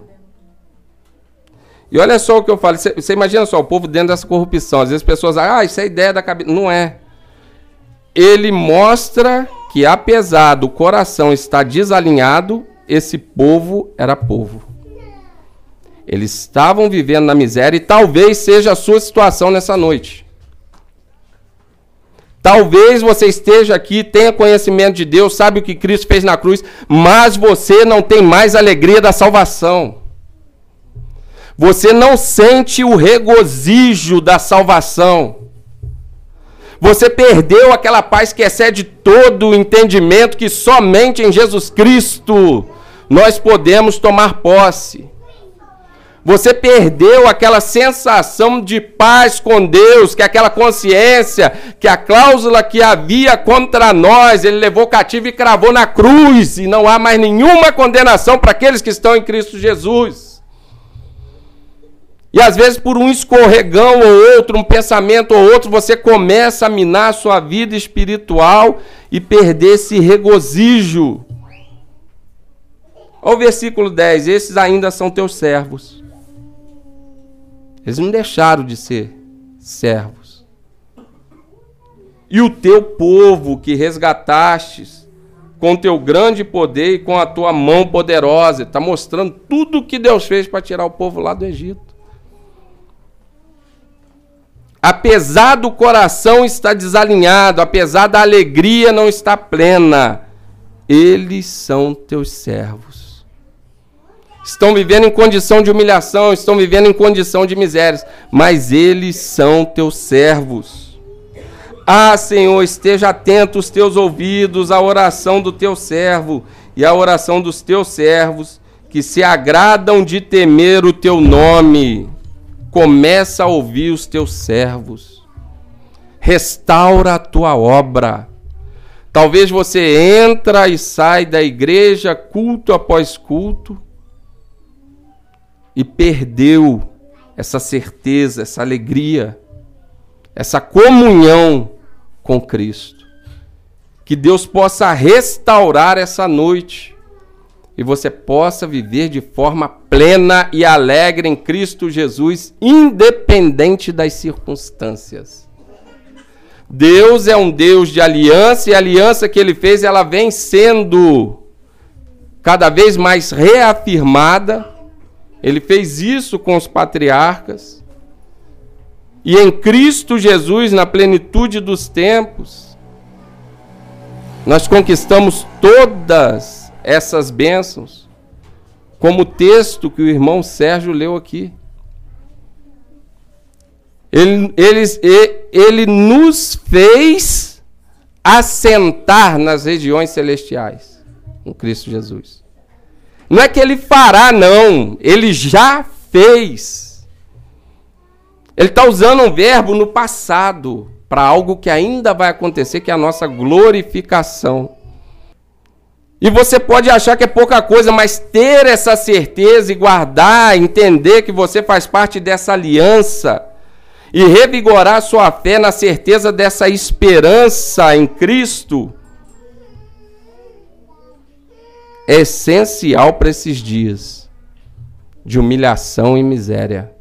Speaker 1: E olha só o que eu falo. Você imagina só o povo dentro dessa corrupção. Às vezes as pessoas dizem, isso é ideia da cabeça. Não é. Ele mostra que apesar do coração estar desalinhado, esse povo era povo. Eles estavam vivendo na miséria e talvez seja a sua situação nessa noite. Talvez você esteja aqui, tenha conhecimento de Deus, sabe o que Cristo fez na cruz, mas você não tem mais alegria da salvação. Você não sente o regozijo da salvação. Você perdeu aquela paz que excede todo o entendimento, que somente em Jesus Cristo nós podemos tomar posse. Você perdeu aquela sensação de paz com Deus, que aquela consciência, que a cláusula que havia contra nós, ele levou cativo e cravou na cruz, e não há mais nenhuma condenação para aqueles que estão em Cristo Jesus. E às vezes por um escorregão ou outro, um pensamento ou outro, você começa a minar a sua vida espiritual e perder esse regozijo. Olha o versículo 10, esses ainda são teus servos. Eles não deixaram de ser servos. E o teu povo que resgatastes com teu grande poder e com a tua mão poderosa. Está mostrando tudo o que Deus fez para tirar o povo lá do Egito. Apesar do coração estar desalinhado, apesar da alegria não estar plena, eles são teus servos. Estão vivendo em condição de humilhação, estão vivendo em condição de misérias, mas eles são teus servos. Ah, Senhor, esteja atento os teus ouvidos à oração do teu servo e à oração dos teus servos, que se agradam de temer o teu nome. Começa a ouvir os teus servos. Restaura a tua obra. Talvez você entra e sai da igreja culto após culto e perdeu essa certeza, essa alegria, essa comunhão com Cristo. Que Deus possa restaurar essa noite e você possa viver de forma plena e alegre em Cristo Jesus, independente das circunstâncias. Deus é um Deus de aliança, e a aliança que Ele fez, ela vem sendo cada vez mais reafirmada. Ele fez isso com os patriarcas. E em Cristo Jesus, na plenitude dos tempos, nós conquistamos todas essas bênçãos, como o texto que o irmão Sérgio leu aqui. Ele nos fez assentar nas regiões celestiais, com Cristo Jesus. Não é que ele fará, não. Ele já fez. Ele está usando um verbo no passado, para algo que ainda vai acontecer, que é a nossa glorificação. E você pode achar que é pouca coisa, mas ter essa certeza e guardar, entender que você faz parte dessa aliança e revigorar sua fé na certeza dessa esperança em Cristo é essencial para esses dias de humilhação e miséria.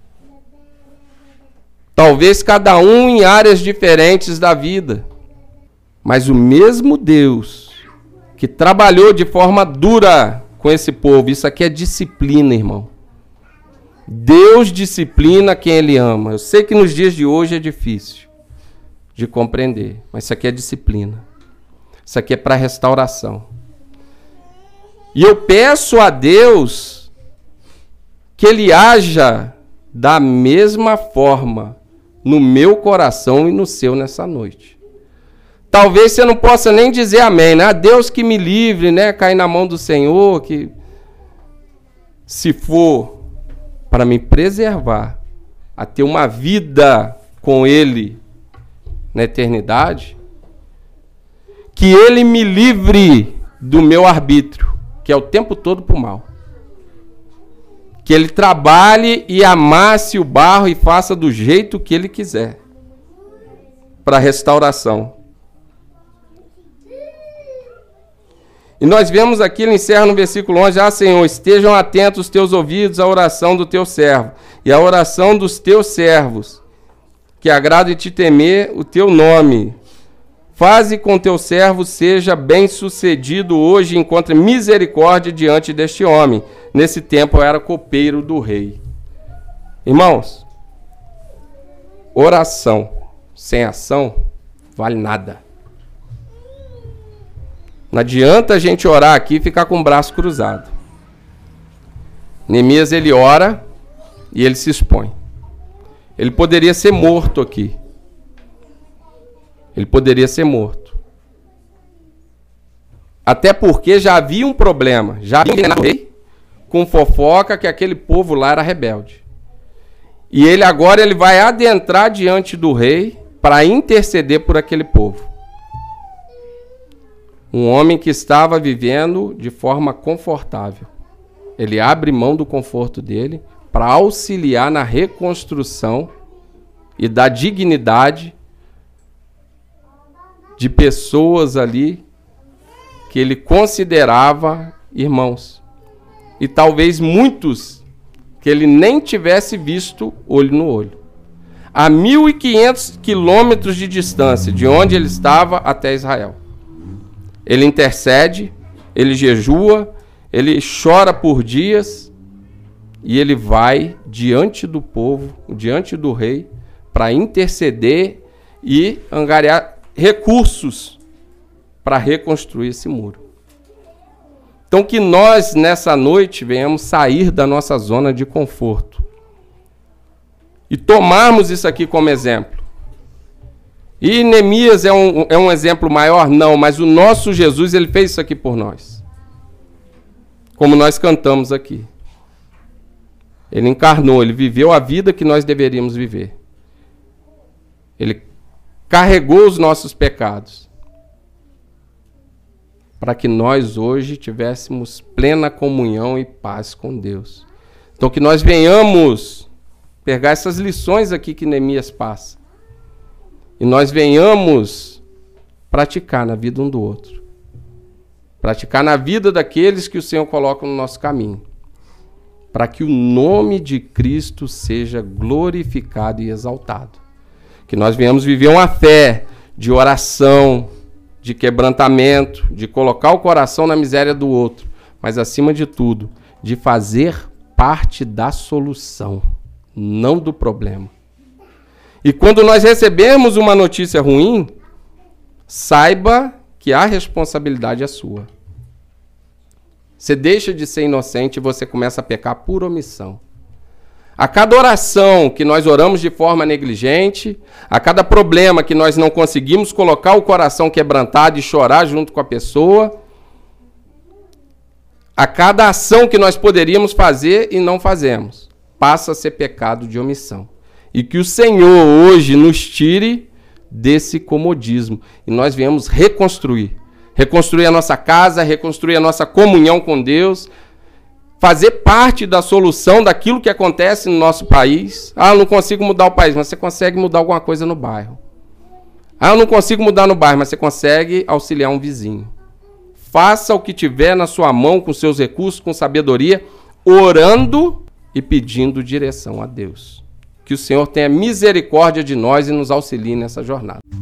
Speaker 1: Talvez cada um em áreas diferentes da vida, mas o mesmo Deus que trabalhou de forma dura com esse povo. Isso aqui é disciplina, irmão. Deus disciplina quem Ele ama. Eu sei que nos dias de hoje é difícil de compreender, mas isso aqui é disciplina. Isso aqui é para restauração. E eu peço a Deus que Ele haja da mesma forma no meu coração e no seu nessa noite. Talvez você não possa nem dizer amém, né? Deus que me livre, né? Cair na mão do Senhor, que se for para me preservar, a ter uma vida com Ele na eternidade, que Ele me livre do meu arbítrio, que é o tempo todo para o mal. Que Ele trabalhe e amasse o barro e faça do jeito que Ele quiser, para restauração. E nós vemos aqui, ele encerra no versículo 11, ah, Senhor, estejam atentos os teus ouvidos à oração do teu servo e à oração dos teus servos, que agrade te temer o teu nome. Faze com teu servo seja bem sucedido hoje, encontre misericórdia diante deste homem. Nesse tempo eu era copeiro do rei. Irmãos, oração sem ação vale nada. Não adianta a gente orar aqui e ficar com o braço cruzado. Neemias, ele ora e ele se expõe. Ele poderia ser morto aqui. Ele poderia ser morto. Até porque já havia um problema. Já havia um rei com fofoca que aquele povo lá era rebelde. E ele agora ele vai adentrar diante do rei para interceder por aquele povo. Um homem que estava vivendo de forma confortável. Ele abre mão do conforto dele para auxiliar na reconstrução e da dignidade de pessoas ali que ele considerava irmãos. E talvez muitos que ele nem tivesse visto olho no olho. A 1.500 quilômetros de distância de onde ele estava até Israel. Ele intercede, ele jejua, ele chora por dias e ele vai diante do povo, diante do rei, para interceder e angariar recursos para reconstruir esse muro. Então que nós, nessa noite, venhamos sair da nossa zona de conforto e tomarmos isso aqui como exemplo. E Neemias é um exemplo maior? Não, mas o nosso Jesus, ele fez isso aqui por nós. Como nós cantamos aqui. Ele encarnou, ele viveu a vida que nós deveríamos viver. Ele carregou os nossos pecados para que nós hoje tivéssemos plena comunhão e paz com Deus. Então que nós venhamos pegar essas lições aqui que Neemias passa e nós venhamos praticar na vida um do outro. Praticar na vida daqueles que o Senhor coloca no nosso caminho. Para que o nome de Cristo seja glorificado e exaltado. Que nós venhamos viver uma fé de oração, de quebrantamento, de colocar o coração na miséria do outro, mas acima de tudo, de fazer parte da solução, não do problema. E quando nós recebemos uma notícia ruim, saiba que a responsabilidade é sua. Você deixa de ser inocente e você começa a pecar por omissão. A cada oração que nós oramos de forma negligente, a cada problema que nós não conseguimos colocar o coração quebrantado e chorar junto com a pessoa, a cada ação que nós poderíamos fazer e não fazemos, passa a ser pecado de omissão. E que o Senhor hoje nos tire desse comodismo e nós venhamos reconstruir. Reconstruir a nossa casa, reconstruir a nossa comunhão com Deus, fazer parte da solução daquilo que acontece no nosso país. Ah, eu não consigo mudar o país, mas você consegue mudar alguma coisa no bairro. Ah, eu não consigo mudar no bairro, mas você consegue auxiliar um vizinho. Faça o que tiver na sua mão, com seus recursos, com sabedoria, orando e pedindo direção a Deus. Que o Senhor tenha misericórdia de nós e nos auxilie nessa jornada.